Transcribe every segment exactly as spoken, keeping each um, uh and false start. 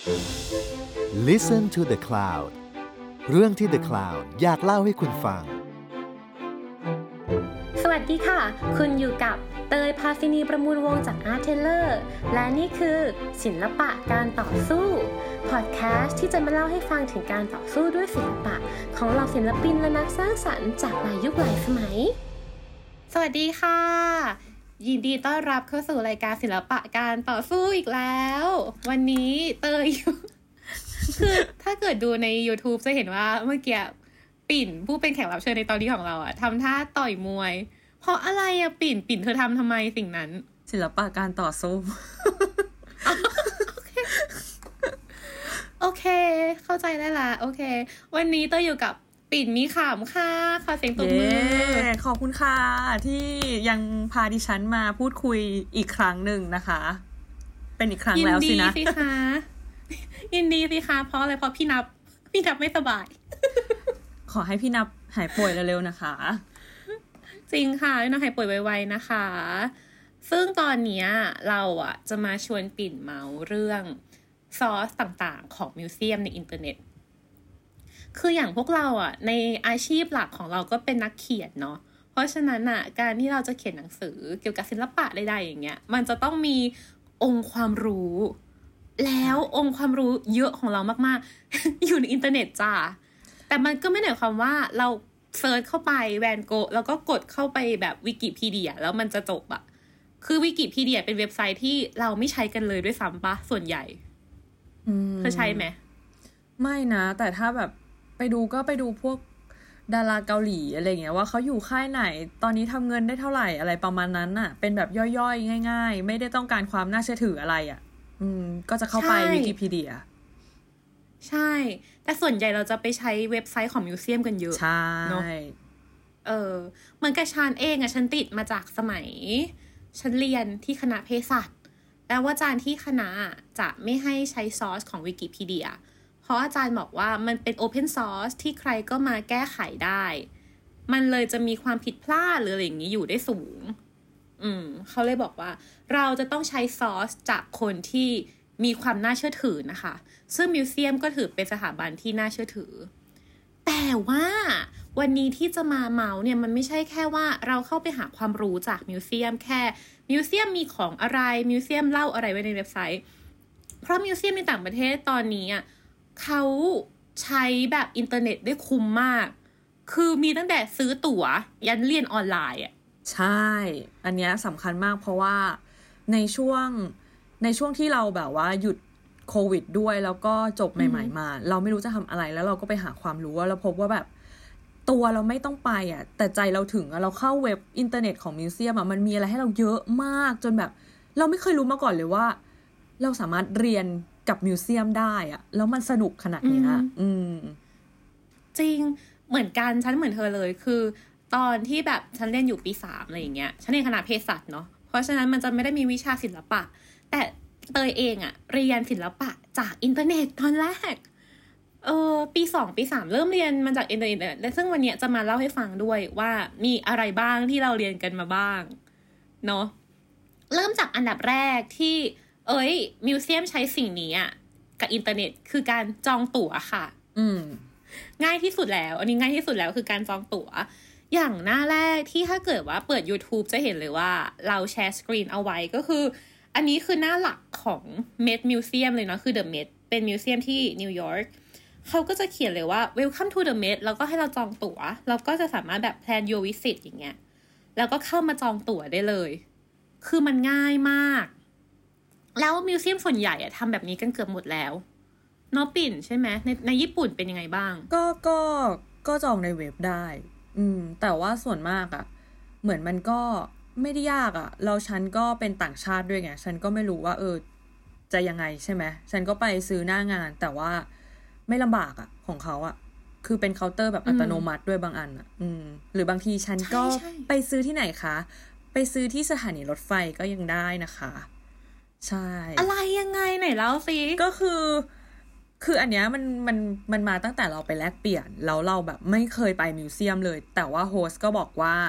Listen to the Cloud เรื่องที่ The Cloud อยากเล่าให้คุณฟังสวัสดีค่ะคุณอยู่กับเตยภาสินีประมูลวงจาก Art Teller และนี่คือศิลปะการต่อสู้พอดแคสต์ที่จะมาเล่าให้ฟังถึงการต่อสู้ด้วยศิลปะของเหล่าศิลปินและนักสร้างสรรค์จากหลายยุคหลายสมัยสวัสดีค่ะยินดีต้อนรับเข้าสู่รายการศิลปะการต่อสู้อีกแล้ววันนี้เตยอยู่ คือถ้าเกิดดูใน YouTube จะเห็นว่าเมื่อกี้ปิ่นผู้เป็นแขกรับเชิญในตอนนี้ของเราอะทำท่าต่อยมวยเพราะอะไรอะปิ่นปิ่นเธอทำทำไมสิ่งนั้นศิลปะการต่อสู้โอเคโอเคเข้าใจได้ละโอเควันนี้เตยอยู่กับปิ่นมีขำค่ะขอเสียงตบมือขอบคุณค่ะที่ยังพาดิฉันมาพูดคุยอีกครั้งหนึ่งนะคะเป็นอีกครั้งแล้วสินะยินดีสิคะยินดีสิคะเพราะอะไรเพราะพี่นับพี่นับไม่สบายขอให้พี่นับหายป่วยเร็วๆนะคะจริงค่ะพี่นับหายป่วยไวๆนะคะซึ่งตอนนี้เราอ่ะจะมาชวนปิ่นเมาเรื่องซอสต่างๆของมิวเซียมในอินเทอร์เน็ตคืออย่างพวกเราอ่ะในอาชีพหลักของเราก็เป็นนักเขียนเนาะเพราะฉะนั้นอ่ะการที่เราจะเขียนหนังสือเกี่ยวกับศิลปะใดๆอย่างเงี้ยมันจะต้องมีองค์ความรู้แล้วองค์ความรู้เยอะของเรามากๆ อยู่ในอินเทอร์เน็ตจ้าแต่มันก็ไม่ได้หมายความว่าเราเซิร์ชเข้าไปแวนโกแล้วก็กดเข้าไปแบบวิกิพีเดียแล้วมันจะจบอะคือวิกิพีเดียเป็นเว็บไซต์ที่เราไม่ใช้กันเลยด้วยซ้ำปะส่วนใหญ่เธอใช้ไหมไม่นะแต่ถ้าแบบไปดูก็ไปดูพวกดาราเกาหลีอะไรเงี้ยว่าเขาอยู่ค่ายไหนตอนนี้ทำเงินได้เท่าไหร่อะไรประมาณนั้นน่ะเป็นแบบย่อยๆง่ายๆไม่ได้ต้องการความน่าเชื่อถืออะไรอ่ะอืมก็จะเข้าไปวิกิพีเดียใช่แต่ส่วนใหญ่เราจะไปใช้เว็บไซต์ของมิวเซียมกันเยอะใช่เนาะเออเหมือนกับฉันเองอะฉันติดมาจากสมัยฉันเรียนที่คณะเภสัชแล้วอาจารย์ที่คณะจะไม่ให้ใช้ซอสของวิกิพีเดียเพราะอาจารย์บอกว่ามันเป็นโอเพนซอร์สที่ใครก็มาแก้ไขได้มันเลยจะมีความผิดพลาดหรืออะไรอย่างนี้อยู่ได้สูงอืมเขาเลยบอกว่าเราจะต้องใช้ซอสจากคนที่มีความน่าเชื่อถือนะคะซึ่งมิวเซียมก็ถือเป็นสถาบันที่น่าเชื่อถือแต่ว่าวันนี้ที่จะมาเมาส์เนี่ยมันไม่ใช่แค่ว่าเราเข้าไปหาความรู้จากมิวเซียมแค่มิวเซียมมีของอะไรมิวเซียมเล่าอะไรไว้ในเว็บไซต์เพราะมิวเซียมในต่างประเทศตอนนี้อ่ะเขาใช้แบบอินเทอร์เน็ตได้คุ้มมากคือมีตั้งแต่ซื้อตั๋วยันเรียนออนไลน์อ่ะใช่อันนี้สำคัญมากเพราะว่าในช่วงในช่วงที่เราแบบว่าหยุดโควิดด้วยแล้วก็จบใหม่ๆมาเราไม่รู้จะทำอะไรแล้วเราก็ไปหาความรู้แล้วพบว่าแบบตัวเราไม่ต้องไปอ่ะแต่ใจเราถึงอ่ะเราเข้าเว็บอินเทอร์เน็ตของมิวเซียมอ่ะมันมีอะไรให้เราเยอะมากจนแบบเราไม่เคยรู้มาก่อนเลยว่าเราสามารถเรียนกับมิวเซียมได้อ่ะแล้วมันสนุกขนาดนี้อ่ะอืมจริงเหมือนกันฉันเหมือนเธอเลยคือตอนที่แบบฉันเรียนอยู่ปีสามอะไรอย่างเงี้ยฉันเรียนคณะเภสัชเนาะเพราะฉะนั้นมันจะไม่ได้มีวิชาศิลปะแต่เตยเองอะเรียนศิลปะจากอินเทอร์เน็ตตอนแรกเออปีสองปีสามเริ่มเรียนมาจากอินเทอร์เน็ตและซึ่งวันนี้จะมาเล่าให้ฟังด้วยว่ามีอะไรบ้างที่เราเรียนกันมาบ้างเนาะเริ่มจากอันดับแรกที่เอ้ยมิวเซียมใช้สิ่งนี้อะกับอินเทอร์เน็ตคือการจองตั๋วค่ะอืมง่ายที่สุดแล้วอันนี้ง่ายที่สุดแล้วคือการจองตั๋วอย่างหน้าแรกที่ถ้าเกิดว่าเปิด YouTube จะเห็นเลยว่าเราแชร์สกรีนเอาไว้ก็คืออันนี้คือหน้าหลักของ Met Museum เลยเนาะคือ The Met เป็นมิวเซียมที่นิวยอร์กเขาก็จะเขียนเลยว่า Welcome to the Met แล้วก็ให้เราจองตั๋วเราก็จะสามารถแบบ plan your visit อย่างเงี้ยแล้วก็เข้ามาจองตั๋วได้เลยคือมันง่ายมากแล้วมิวเซียมส่วนใหญ่อะทำแบบนี้กันเกือบหมดแล้วเนาะปิ่นใช่ไหมในในญี่ปุ่นเป็นยังไงบ้างก็ก็ก็จองในเว็บได้อืมแต่ว่าส่วนมากอะเหมือนมันก็ไม่ได้ยากอะเราฉันก็เป็นต่างชาติด้วยไงฉันก็ไม่รู้ว่าเออจะยังไงใช่ไหมฉันก็ไปซื้อหน้างานแต่ว่าไม่ลำบากอะของเขาอะคือเป็นเคาน์เตอร์แบบอัตโนมัติด้วยบางอันอะอืมหรือบางทีฉันก็ไปซื้อที่ไหนคะไปซื้อที่สถานีรถไฟก็ยังได้นะคะใช่อะไรยังไงไหนเล่าสิก็คือคืออันเนี้ยมันมันมันมาตั้งแต่เราไปแลกเปลี่ยนแล้วเราแบบไม่เคยไปมิวเซียมเลยแต่ว่าโฮสต์ก็บอกว่า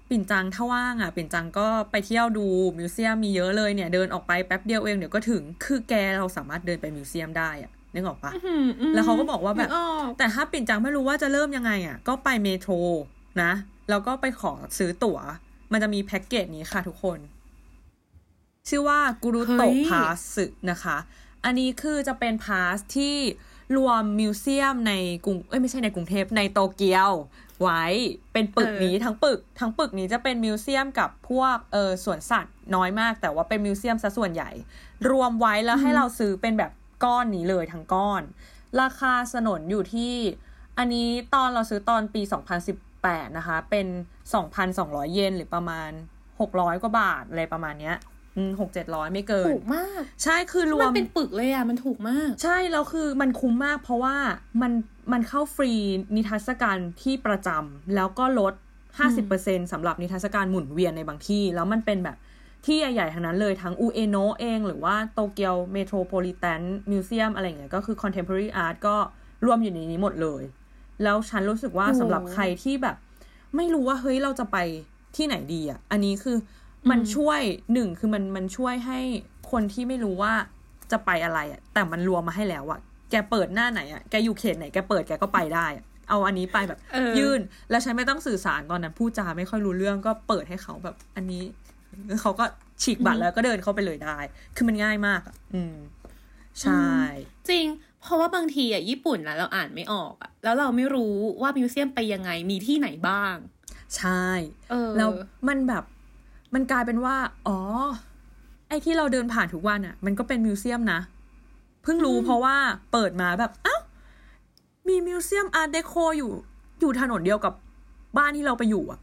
ปิ่นจังถ้าว่างอ่ะปิ่นจังก็ไปเที่ยวดูมิวเซียมมีเยอะเลยเนี่ยเดินออกไปแป๊บเดียวเองเดี๋ยวก็ถึงคือแกเราสามารถเดินไปมิวเซียมได้อ่ะนึกออกปะแล้วเขาก็บอกว่าแบบแต่ถ้าปิ่นจังไม่รู้ว่าจะเริ่มยังไงอ่ะก็ไปเมโทรนะแล้วก็ไปขอซื้อตั๋วมันจะมีแพ็กเกจนี้ค่ะทุกคนชื่อว่ากูรุโตะพาสนะคะอันนี้คือจะเป็นพาสที่รวมมิวเซียมในกรุงเอ้ยไม่ใช่ในกรุงเทพในโตเกียวไว้เป็นปึกนี้ทั้งปึกทั้งปึกนี้จะเป็นมิวเซียมกับพวกเออสวนสัตว์น้อยมากแต่ว่าเป็นมิวเซียมซะส่วนใหญ่รวมไว้แล้วให้เราซื้อเป็นแบบก้อนนี้เลยทั้งก้อนราคาสนนอยู่ที่อันนี้ตอนเราซื้อตอนปีสองพันสิบแปดนะคะเป็น สองพันสองร้อย เยนหรือประมาณหกร้อยกว่าบาทอะไรประมาณเนี้ยอืม หกเจ็ดร้อย ไม่เกินถูกมากใช่คือรวมมันเป็นปึกเลยอ่ะมันถูกมากใช่แล้วคือมันคุ้มมากเพราะว่ามันมันเข้าฟรีนิทรรศการที่ประจำแล้วก็ลด ห้าสิบเปอร์เซ็นต์ สำหรับนิทรรศการหมุนเวียนในบางที่แล้วมันเป็นแบบที่ใหญ่ๆทั้งนั้นเลยทั้งอุเอโนะเองหรือว่าโตเกียวเมโทรโพลิแทนมิวเซียมอะไรอย่างเงี้ยก็คือ Contemporary Art ก็รวมอยู่ในนี้หมดเลยแล้วฉันรู้สึกว่าสำหรับใครที่แบบไม่รู้ว่าเฮ้ยเราจะไปที่ไหนดีอ่ะอันนี้คือมันช่วยหนึ่งคือมันมันช่วยให้คนที่ไม่รู้ว่าจะไปอะไรอ่ะแต่มันรวมมาให้แล้วอ่ะแกเปิดหน้าไหนอ่ะแกอยู่เขตไหนแกเปิดแกก็ไปได้เอาอันนี้ไปแบบยื่นแล้วฉันไม่ต้องสื่อสารตอนนั้นพูดจาไม่ค่อยรู้เรื่องก็เปิดให้เขาแบบอันนี้เขาก็ฉีกบัตรแล้วก็เดินเข้าไปเลยได้คือมันง่ายมากอ่ะอืมใช่จริงเพราะว่าบางทีอ่ะญี่ปุ่นนะเราอ่านไม่ออกอ่ะแล้วเราไม่รู้ว่ามิวเซียมไปยังไงมีที่ไหนบ้างใช่แล้วมันแบบมันกลายเป็นว่าอ๋อไอ้ที่เราเดินผ่านทุกวันอ่ะมันก็เป็นมิวเซียมนะเพิ่งรู้เพราะว่าเปิดมาแบบอ้าวมีมิวเซียมอาร์ตเดโคอยู่อยู่ถนนเดียวกับบ้านที่เราไปอยู่อ่ะ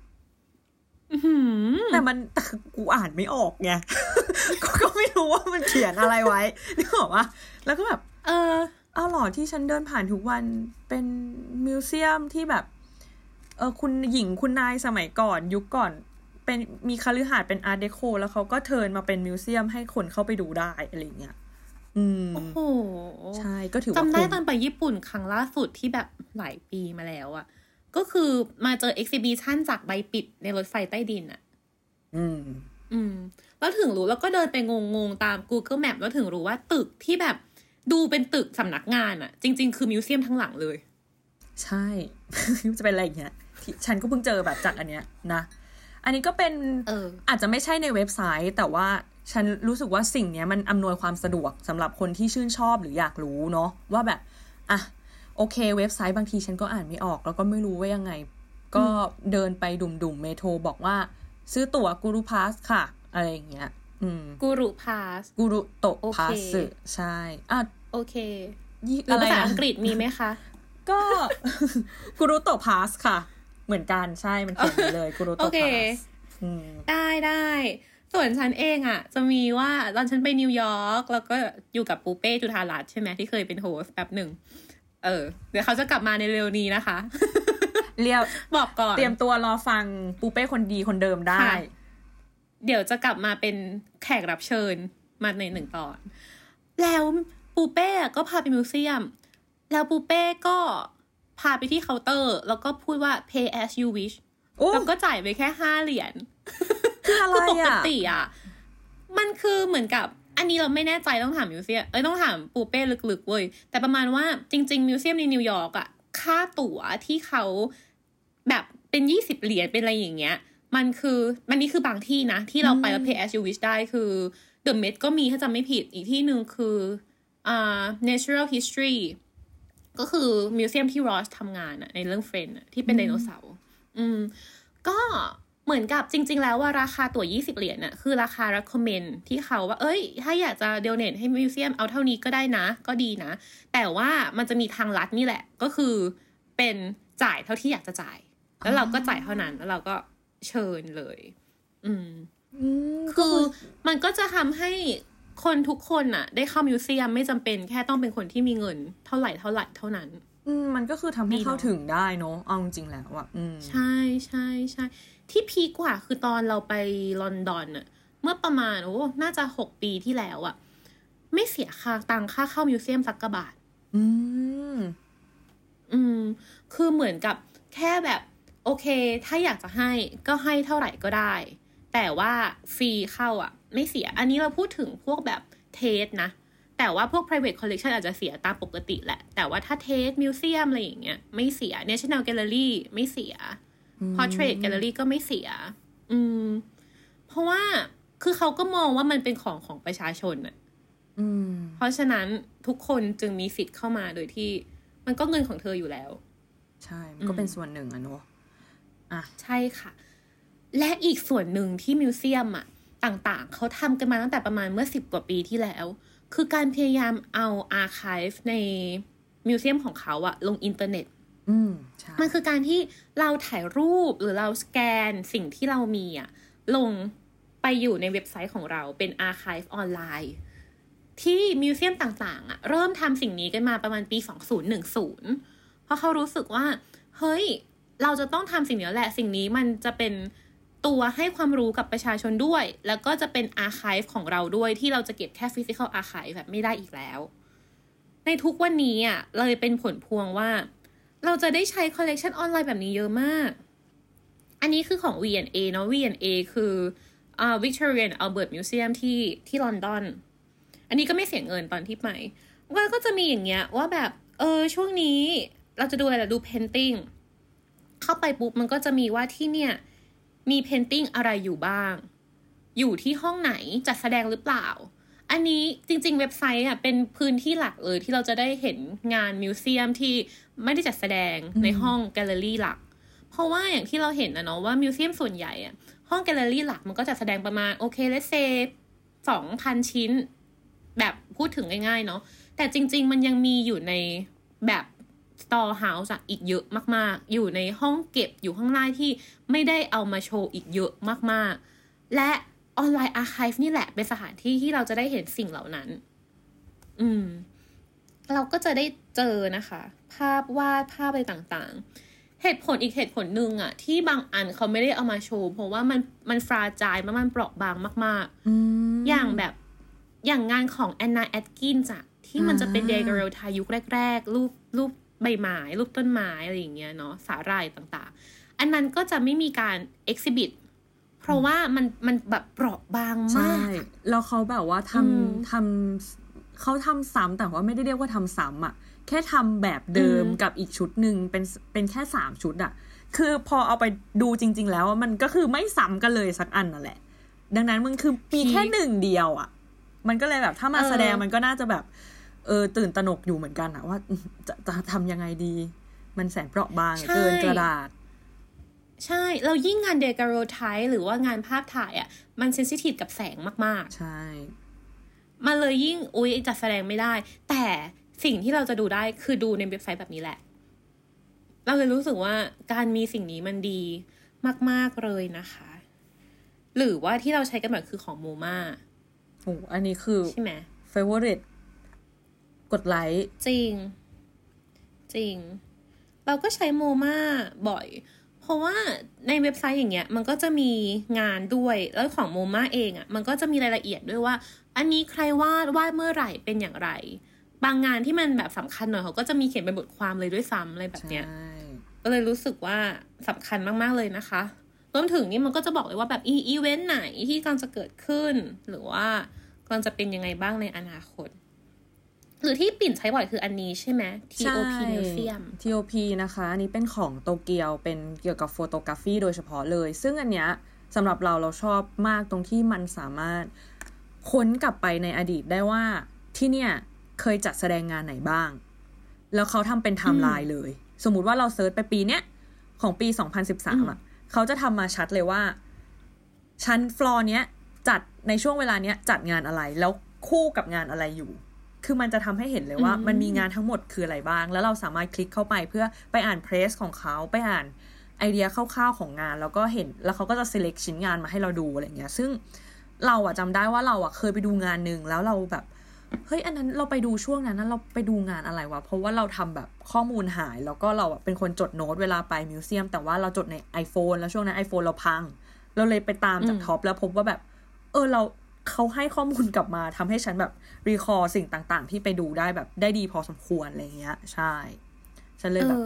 แต่มันแต่กูอ่านไม่ออกไง ก็ไม่รู้ว่ามันเขียนอะไรไว้นึกออกปะแล้วก็แบบเออเอาหรอที่ฉันเดินผ่านทุกวันเป็นมิวเซียมที่แบบเออคุณหญิงคุณนายสมัยก่อนยุคก่อนเป็นมีคฤหาสน์เป็นอาร์ตเดโคแล้วเขาก็เทิร์นมาเป็นมิวเซียมให้คนเข้าไปดูได้อะไรเงี้ยอืมโอ้โหใช่ก็ถือว่าจำได้ตอนไปญี่ปุ่นครั้งล่าสุดที่แบบหลายปีมาแล้วอ่ะก็คือมาเจอเอ็กซิบิชันจากใบปิดในรถไฟใต้ดินอ่ะอืมอืมแล้วถึงรู้แล้วก็เดินไปงงๆตาม Google Map แล้วถึงรู้ว่าตึกที่แบบดูเป็นตึกสำนักงานอ่ะจริงๆคือมิวเซียมทั้งหลังเลยใช่ จะเป็นอะไรอย่างเงี้ยฉันก็เพิ่งเจอแบบจากอันเนี้ยนะอันนี้ก็เป็นเอออาจจะไม่ใช่ในเว็บไซต์แต่ว่าฉันรู้สึกว่าสิ่งนี้มันอำนวยความสะดวกสำหรับคนที่ชื่นชอบหรืออยากรู้เนาะว่าแบบอ่ะโอเคเว็บไซต์บางทีฉันก็อ่านไม่ออกแล้วก็ไม่รู้ว่ายังไงก็เดินไปดุ่มๆเมโทรบอกว่าซื้อตั๋วกูรุพาสค่ะอะไรอย่างเงี้ยอืมกูรุพาสกูรุโตะพาสใช่อ่ะโอเคหรือภาษาอังกฤษมีไหมคะก็กูรุโตะพาสค่ะเหมือนกันใช่มันเขียนไปเลยกูรุโตะพาสได้ได้ส่วนฉันเองอ่ะจะมีว่าตอนฉันไปนิวยอร์กแล้วก็อยู่กับปูเป้จุฑารัตน์ใช่ไหมที่เคยเป็นโฮสต์แป๊บหนึ่งเออเดี๋ยวเขาจะกลับมาในเร็วนี้นะคะเรียกบอกก่อนเตรียมตัวรอฟังปูเป้คนดีคนเดิมได้เดี๋ยวจะกลับมาเป็นแขกรับเชิญมาในหนึ่งตอนแล้วปูเป้ก็พาไปมิวเซียมแล้วปูเป้ก็พาไปที่เคาน์เตอร์แล้วก็พูดว่า pay as you wish แล้วก็จ่ายไปแค่ห้าเหรียญคืออะไรอ่ะปกติอ่ะมันคือเหมือนกับอันนี้เราไม่แน่ใจต้องถามมิวเซียมเอ้ยต้องถามปูเป้ลึกๆเว้ยแต่ประมาณว่าจริงๆมิวเซียมในนิวยอร์กอ่ะค่าตั๋วที่เขาแบบเป็นยี่สิบเหรียญเป็นอะไรอย่างเงี้ยมันคือมันนี่คือบางที่นะที่เราไปแล้ว pay as you wish ได้คือ The Met ก็มีถ้าจำไม่ผิดอีกที่นึงคืออ่า Natural History ก็คือมิวเซียมที่รอสทำงานอะในเรื่องเฟรนด์ที่เป็นไดโนเสาร์อืมก็เหมือนกับจริงๆแล้วว่าราคาตั๋วยี่สิบเหรียญน่ะคือราคา recommend ที่เขาว่าเอ้ยถ้าอยากจะ donate ให้มิวเซียมเอาเท่านี้ก็ได้นะก็ดีนะแต่ว่ามันจะมีทางลัดนี่แหละก็คือเป็นจ่ายเท่าที่อยากจะจ่ายแล้วเราก็จ่ายเท่านั้นแล้วเราก็เชิญเลยอืมคือมันก็จะทำให้คนทุกคนน่ะได้เข้ามิวเซียมไม่จำเป็นแค่ต้องเป็นคนที่มีเงินเท่าไหร่เท่าไหร่เท่านั้นอืมมันก็คือทำให้เข้าถึงได้เนาะเอาจริงแล้วอ่ะอืมใช่ใช่ใช่ที่พีคกว่าคือตอนเราไปลอนดอนน่ะเมื่อประมาณโอ้น่าจะหกปีที่แล้วอ่ะไม่เสียค่าตังค่าเข้ามิวเซียมสักกะบาทอืมอืมคือเหมือนกับแค่แบบโอเคถ้าอยากจะให้ก็ให้เท่าไหร่ก็ได้แต่ว่าฟรีเข้าอ่ะไม่เสียอันนี้เราพูดถึงพวกแบบเทสนะแต่ว่าพวก private collection อาจจะเสียตามปกติแหละแต่ว่าถ้าเทสมิวเซียมอะไรอย่างเงี้ยไม่เสีย National Gallery ไม่เสีย Portrait Gallery ก็ไม่เสียอืมเพราะว่าคือเขาก็มองว่ามันเป็นของของประชาชนอ่ะเพราะฉะนั้นทุกคนจึงมีสิทธิ์เข้ามาโดยที่มันก็เงินของเธออยู่แล้วใช่มันก็เป็นส่วนหนึ่งอะเนาะอ่ะใช่ค่ะและอีกส่วนหนึ่งที่มิวเซียมอ่ะต่างๆเขาทำกันมาตั้งแต่ประมาณเมื่อสิบกว่าปีที่แล้วคือการพยายามเอาอาร์ไคฟ์ในมิวเซียมของเขาอะลงอินเทอร์เน็ตอืมใช่มันคือการที่เราถ่ายรูปหรือเราสแกนสิ่งที่เรามีอะลงไปอยู่ในเว็บไซต์ของเราเป็นอาร์ไคฟ์ออนไลน์ที่มิวเซียมต่างๆอะเริ่มทำสิ่งนี้กันมาประมาณปีสองพันสิบเพราะเขารู้สึกว่าเฮ้ยเราจะต้องทำสิ่งนี้แหละสิ่งนี้มันจะเป็นตัวให้ความรู้กับประชาชนด้วยแล้วก็จะเป็นอาร์ไคฟ์ของเราด้วยที่เราจะเก็บแค่ฟิสิคอลอาร์ไคฟ์แบบไม่ได้อีกแล้วในทุกวันนี้อ่ะเลยเป็นผลพวงว่าเราจะได้ใช้คอลเลกชันออนไลน์แบบนี้เยอะมากอันนี้คือของ วี แอนด์ เอ เนาะ วี แอนด์ เอ คืออ่า Victoria and Albert Museum ที่ที่ลอนดอนอันนี้ก็ไม่เสียเงินตอนที่ไปมันก็จะมีอย่างเงี้ยว่าแบบเออช่วงนี้เราจะดูอะไรดู painting เข้าไปปุ๊บมันก็จะมีว่าที่เนี่ยมีเพนติ้งอะไรอยู่บ้างอยู่ที่ห้องไหนจัดแสดงหรือเปล่าอันนี้จริงๆเว็บไซต์อ่ะเป็นพื้นที่หลักเลยที่เราจะได้เห็นงานมิวเซียมที่ไม่ได้จัดแสดงในห้องแกลเลอรี่หลักเพราะว่าอย่างที่เราเห็นนะเนาะว่ามิวเซียมส่วนใหญ่อ่ะห้องแกลเลอรี่หลักมันก็จัดแสดงประมาณโอเคเลทเซ สองพัน ชิ้นแบบพูดถึงง่ายๆเนาะแต่จริงๆมันยังมีอยู่ในแบบStore House อะอีกเยอะมากๆอยู่ในห้องเก็บอยู่ข้างล่างที่ไม่ได้เอามาโชว์อีกเยอะมากๆและออนไลน์อาร์ไคฟ์นี่แหละเป็นสถานที่ที่เราจะได้เห็นสิ่งเหล่านั้นอืมเราก็จะได้เจอนะคะภาพวาดภาพอะไรต่างๆเหตุผลอีกเหตุผลหนึ่งอะที่บางอันเขาไม่ได้เอามาโชว์เพราะว่ามันมันฟราจายมากมันเปราะบางมากๆอย่างแบบอย่างงานของแอนนาแอดกินส์อะที่มันจะเป็นเดโกเรลไทยยุคแรกๆรูปรูปใบไม้รูปต้นไม้อะไรอย่างเงี้ยเนาะสาหร่ายต่างๆอันนั้นก็จะไม่มีการเอ็กซิบิทเพราะว่ามันมันแบบเปราะบางมากแล้วเขาแบบว่าทำทำเขาทำซ้ำแต่ว่าไม่ได้เรียกว่าทำซ้ำอ่ะแค่ทำแบบเดิมกับอีกชุดหนึ่งเป็นเป็นแค่สามชุดอ่ะคือพอเอาไปดูจริงๆแล้วมันก็คือไม่ซ้ำกันเลยสักอันนั่นแหละดังนั้นมันคือมีแค่หนึ่งเดียวอ่ะมันก็เลยแบบถ้ามาแสดงมันก็น่าจะแบบเออตื่นตระหนกอยู่เหมือนกันอะว่าจะจะทำยังไงดีมันแสนเปราะบางเกินกระดาษใช่เรายิ่งงานเดโกเรลไทป์หรือว่างานภาพถ่ายอะมันเซนซิทีฟกับแสงมากๆใช่มันเลยยิ่งอุ๊ยจัดแสดงไม่ได้แต่สิ่งที่เราจะดูได้คือดูในเว็บไซต์แบบนี้แหละเราเลยรู้สึกว่าการมีสิ่งนี้มันดีมากๆเลยนะคะหรือว่าที่เราใช้กันแบบคือของโมมาโอ้อันนี้คือใช่ไหม favoriteกดไลค์จริงจริงเราก็ใช้โมมาบ่อยเพราะว่าในเว็บไซต์อย่างเงี้ยมันก็จะมีงานด้วยแล้วของโมมาเองอ่ะมันก็จะมีรายละเอียดด้วยว่าอันนี้ใครวาดวาดเมื่อไหร่เป็นอย่างไรบางงานที่มันแบบสำคัญหน่อยเขาก็จะมีเขียนเป็นบทความเลยด้วยซ้ำอะไรแบบเนี้ยก็เลยรู้สึกว่าสำคัญมากๆเลยนะคะรวมถึงนี่มันก็จะบอกเลยว่าแบบอีอีเวนต์ไหนที่กำลังจะเกิดขึ้นหรือว่ากำลังจะเป็นยังไงบ้างในอนาคตหรือที่ปิ่นใช้บ่อยคืออันนี้ใช่ไหม ที โอ พี Museum ที โอ พี นะคะอันนี้เป็นของโตเกียวเป็นเกี่ยวกับโฟโตกราฟีโดยเฉพาะเลยซึ่งอันเนี้ยสำหรับเราเราชอบมากตรงที่มันสามารถค้นกลับไปในอดีตได้ว่าที่เนี่ยเคยจัดแสดงงานไหนบ้างแล้วเขาทำเป็นไทม์ไลน์เลยสมมุติว่าเราเซิร์ชไปปีเนี้ยของปีสองพันสิบสามอ่ะเขาจะทำมาชัดเลยว่าชั้นฟลอร์เนี้ยจัดในช่วงเวลาเนี้ยจัดงานอะไรแล้วคู่กับงานอะไรอยู่คือมันจะทำให้เห็นเลยว่ามันมีงานทั้งหมดคืออะไรบ้างแล้วเราสามารถคลิกเข้าไปเพื่อไปอ่านเพรสของเขาไปอ่านไอเดียคร่าวๆของงานแล้วก็เห็นแล้วเขาก็จะ select ชิ้นงานมาให้เราดูอะไรเงี้ยซึ่งเราอะจำได้ว่าเราอะเคยไปดูงานนึงแล้วเราแบบเฮ้ยอันนั้นเราไปดูช่วงนั้นนั้นเราไปดูงานอะไรวะเพราะว่าเราทำแบบข้อมูลหายแล้วก็เราอะเป็นคนจดโน้ตเวลาไปมิวเซียมแต่ว่าเราจดใน iPhone แล้วช่วงนั้น iPhone เราพังเราเลยไปตามจากท็อปแล้วพบว่าแบบเออเราเขาให้ข้อมูลกลับมาทำให้ฉันแบบรีคอร์สิ่งต่างๆที่ไปดูได้แบบได้ดีพอสมควรอะไรเงี้ยใช่ฉันเลยแบบ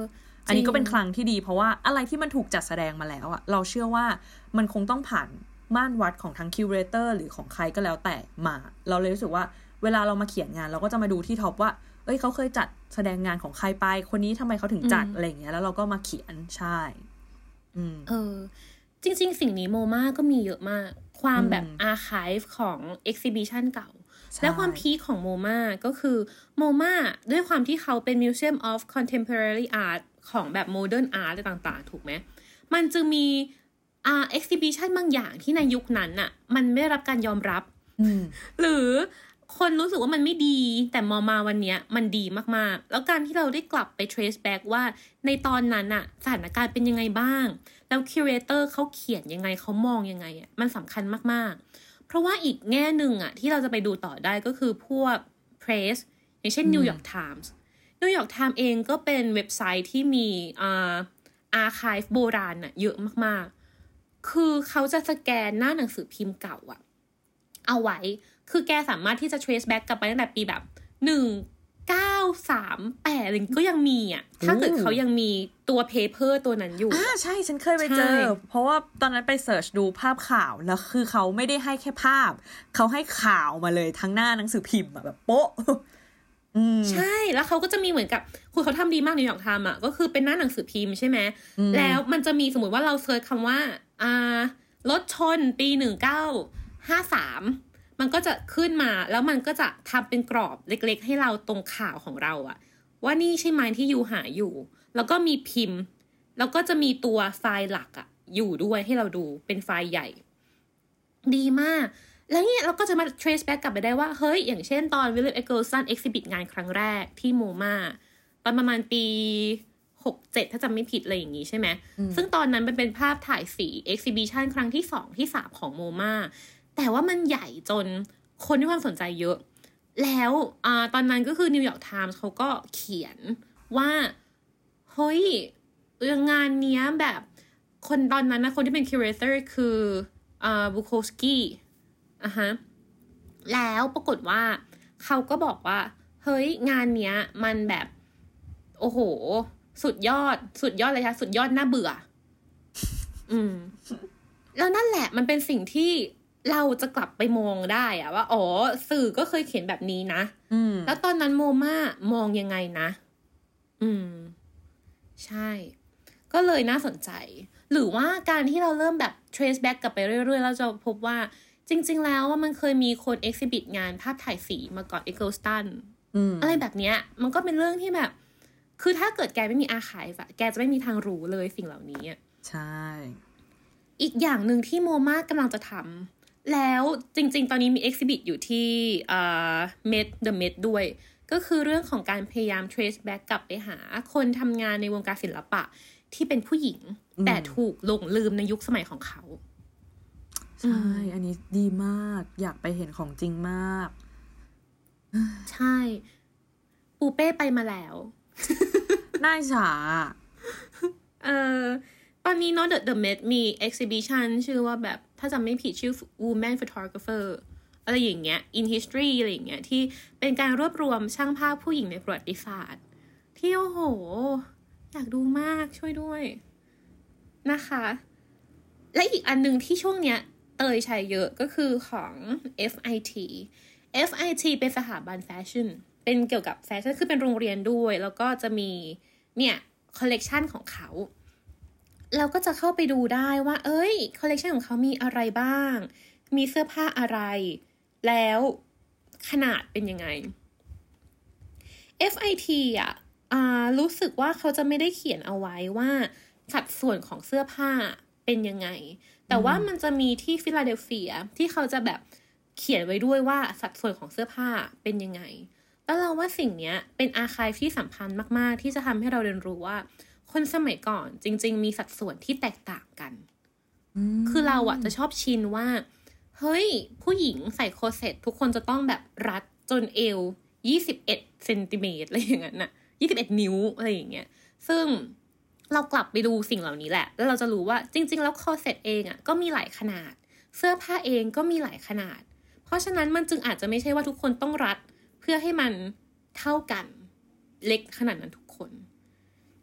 อันนี้ก็เป็นครั้งที่ดีเพราะว่าอะไรที่มันถูกจัดแสดงมาแล้วอะเราเชื่อว่ามันคงต้องผ่านม่านวัดของทั้งคิวเรเตอร์หรือของใครก็แล้วแต่มาเราเลยรู้สึกว่าเวลาเรามาเขียนงานเราก็จะมาดูที่ท็อปว่าเอ้ยเขาเคยจัดแสดงงานของใครไปคนนี้ทำไมเขาถึงจัดอะไรอย่างเงี้ยแล้วเราก็มาเขียนใช่อืมเออจริงๆสิ่งนี้โมมาก็มีเยอะมากความแบบอาร์ไคฟ์ของ exhibition เก่าและความพีคของโมมาก็คือโมมาด้วยความที่เขาเป็น Museum of Contemporary Art ของแบบ Modern Art อะไรต่างๆถูกไหมมันจึงมีอ่า exhibition บางอย่างที่ในยุคนั้นน่ะมันไม่ได้รับการยอมรับหรือคนรู้สึกว่ามันไม่ดีแต่มอมาวันนี้มันดีมากๆแล้วการที่เราได้กลับไป trace back ว่าในตอนนั้นน่ะสถานการณ์เป็นยังไงบ้างแล้ว curator เขาเขียนยังไงเขามองยังไงอ่ะมันสำคัญมากๆเพราะว่าอีกแง่หนึ่งอ่ะที่เราจะไปดูต่อได้ก็คือพวก press อย่างเช่น New York Times New York Times เองก็เป็นเว็บไซต์ที่มีอ่า archive โบราณน่ะเยอะมากๆคือเขาจะสแกนหน้าหนังสือพิมพ์เก่าอ่ะเอาไว้คือแกสามารถที่จะ trace back กลับไปตั้งแต่ปีแบบหนึ่งเก้าสามแปดอะไรก็ยังมีอ่ะถ้าเกิดเขายังมีตัว paper ตัวนั้นอยู่อ่าใช่ฉันเคยไปเจอเพราะว่าตอนนั้นไปเสิร์ชดูภาพข่าวแล้วคือเขาไม่ได้ให้แค่ภาพเขาให้ข่าวมาเลยทั้งหน้าหนังสือพิมพ์แบบโป๊ะใช่แล้วเขาก็จะมีเหมือนกับคุณเขาทำดีมากในนิวยอร์กไทม์อ่ะก็คือเป็นหน้าหนังสือพิมพ์ใช่ไหมแล้วมันจะมีสมมติว่าเราเซิร์ชคำว่าอ่ารถชนปีหนึ่งเก้าห้าสามมันก็จะขึ้นมาแล้วมันก็จะทำเป็นกรอบเล็กๆให้เราตรงข่าวของเราอะว่านี่ใช่ไหมที่ยูหาอยู่แล้วก็มีพิมพ์แล้วก็จะมีตัวไฟล์หลักอะอยู่ด้วยให้เราดูเป็นไฟล์ใหญ่ดีมากแล้วเนี่ยเราก็จะมา trace back กลับไปได้ว่าเฮ้ยอย่างเช่นตอน William Eggleston exhibit งานครั้งแรกที่โมมาตอนประมาณปีหกเจ็ดถ้าจำไม่ผิดอะไรอย่างงี้ใช่ไหมซึ่งตอนนั้นมันเป็นภาพถ่ายสี exhibition ครั้งที่สองที่สามของโมมาแต่ว่ามันใหญ่จนคนให้ความสนใจเยอะแล้วอ่าตอนนั้นก็คือ New York Times เขาก็เขียนว่าเฮ้ยเรื่องงานเนี้ยแบบคนตอนนั้นนะคนที่เป็น curator คืออ่าบูโคสกี้อ่ะฮะแล้วปรากฏว่าเขาก็บอกว่าเฮ้ยงานเนี้ยมันแบบโอ้โหสุดยอดสุดยอดเลยค่ะสุดยอดน่าเบื่ออืมแล้วนั่นแหละมันเป็นสิ่งที่เราจะกลับไปมองได้อะว่าอ๋อสื่อก็เคยเขียนแบบนี้นะแล้วตอนนั้นโมมามองยังไงนะอืมใช่ก็เลยน่าสนใจหรือว่าการที่เราเริ่มแบบ trace back กลับไปเรื่อยๆเราจะพบว่าจริงๆแล้วว่ามันเคยมีคน exhibit งานภาพถ่ายสีมาก่อน Eggleston อะไรแบบเนี้ยมันก็เป็นเรื่องที่แบบคือถ้าเกิดแกไม่มี archive อะแกจะไม่มีทางรู้เลยสิ่งเหล่านี้ใช่อีกอย่างหนึ่งที่โมมากำลังจะทำแล้วจริงๆตอนนี้มี exhibit อยู่ที่อ่า Met The Met ด้วยก็คือเรื่องของการพยายาม trace back กลับไปหาคนทำงานในวงการศิลปะที่เป็นผู้หญิงแต่ถูกหลงลืมในยุคสมัยของเขาใช่อันนี้ดีมากอยากไปเห็นของจริงมากใช่ปูเป้ไปมาแล้วน่าอิจฉาเออตอนนี้เนาะ The The Met มี exhibition ชื่อว่าแบบถ้าจำไม่ผิดชื่อ Woman Photographer อะไรอย่างเงี้ย in history อะไรอย่างเงี้ยที่เป็นการรวบรวมช่างภาพผู้หญิงในประวัติศาสตร์ที่โอ้โหอยากดูมากช่วยด้วยนะคะและอีกอันนึงที่ช่วงเนี้ยเตยใช้เยอะก็คือของ เอฟ ไอ ที เอฟ ไอ ที เป็นสถาบันแฟชั่นเป็นเกี่ยวกับแฟชั่นคือเป็นโรงเรียนด้วยแล้วก็จะมีเนี่ยคอลเลกชันของเขาเราก็จะเข้าไปดูได้ว่าเอ้ยคอลเลกชันของเขามีอะไรบ้างมีเสื้อผ้าอะไรแล้วขนาดเป็นยังไง เอฟ ไอ ที อ่ะอ่ารู้สึกว่าเขาจะไม่ได้เขียนเอาไว้ว่าสัดส่วนของเสื้อผ้าเป็นยังไงแต่ว่ามันจะมีที่ฟิลาเดลเฟียที่เขาจะแบบเขียนไว้ด้วยว่าสัดส่วนของเสื้อผ้าเป็นยังไงแล้วเราว่าสิ่งนี้เป็นอาร์ไคฟ์ที่สำคัญมากๆที่จะทำให้เราเรียนรู้ว่าคนสมัยก่อนจริงๆมีสัดส่วนที่แตกต่างกันคือเราอะจะชอบชินว่าเฮ้ยผู้หญิงใส่โคเซ็ตทุกคนจะต้องแบบรัดจนเอวยี่สิบเอ็ดเซนติเมตรอะไรอย่างนั้นน่ะยี่สิบเอ็ดนิ้วอะไรอย่างเงี้ยซึ่งเรากลับไปดูสิ่งเหล่านี้แหละแล้วเราจะรู้ว่าจริงๆแล้วคอเซ็ตเองอ่ะก็มีหลายขนาดเสื้อผ้าเองก็มีหลายขนาดเพราะฉะนั้นมันจึงอาจจะไม่ใช่ว่าทุกคนต้องรัดเพื่อให้มันเท่ากันเล็กขนาดนั้นทุกคน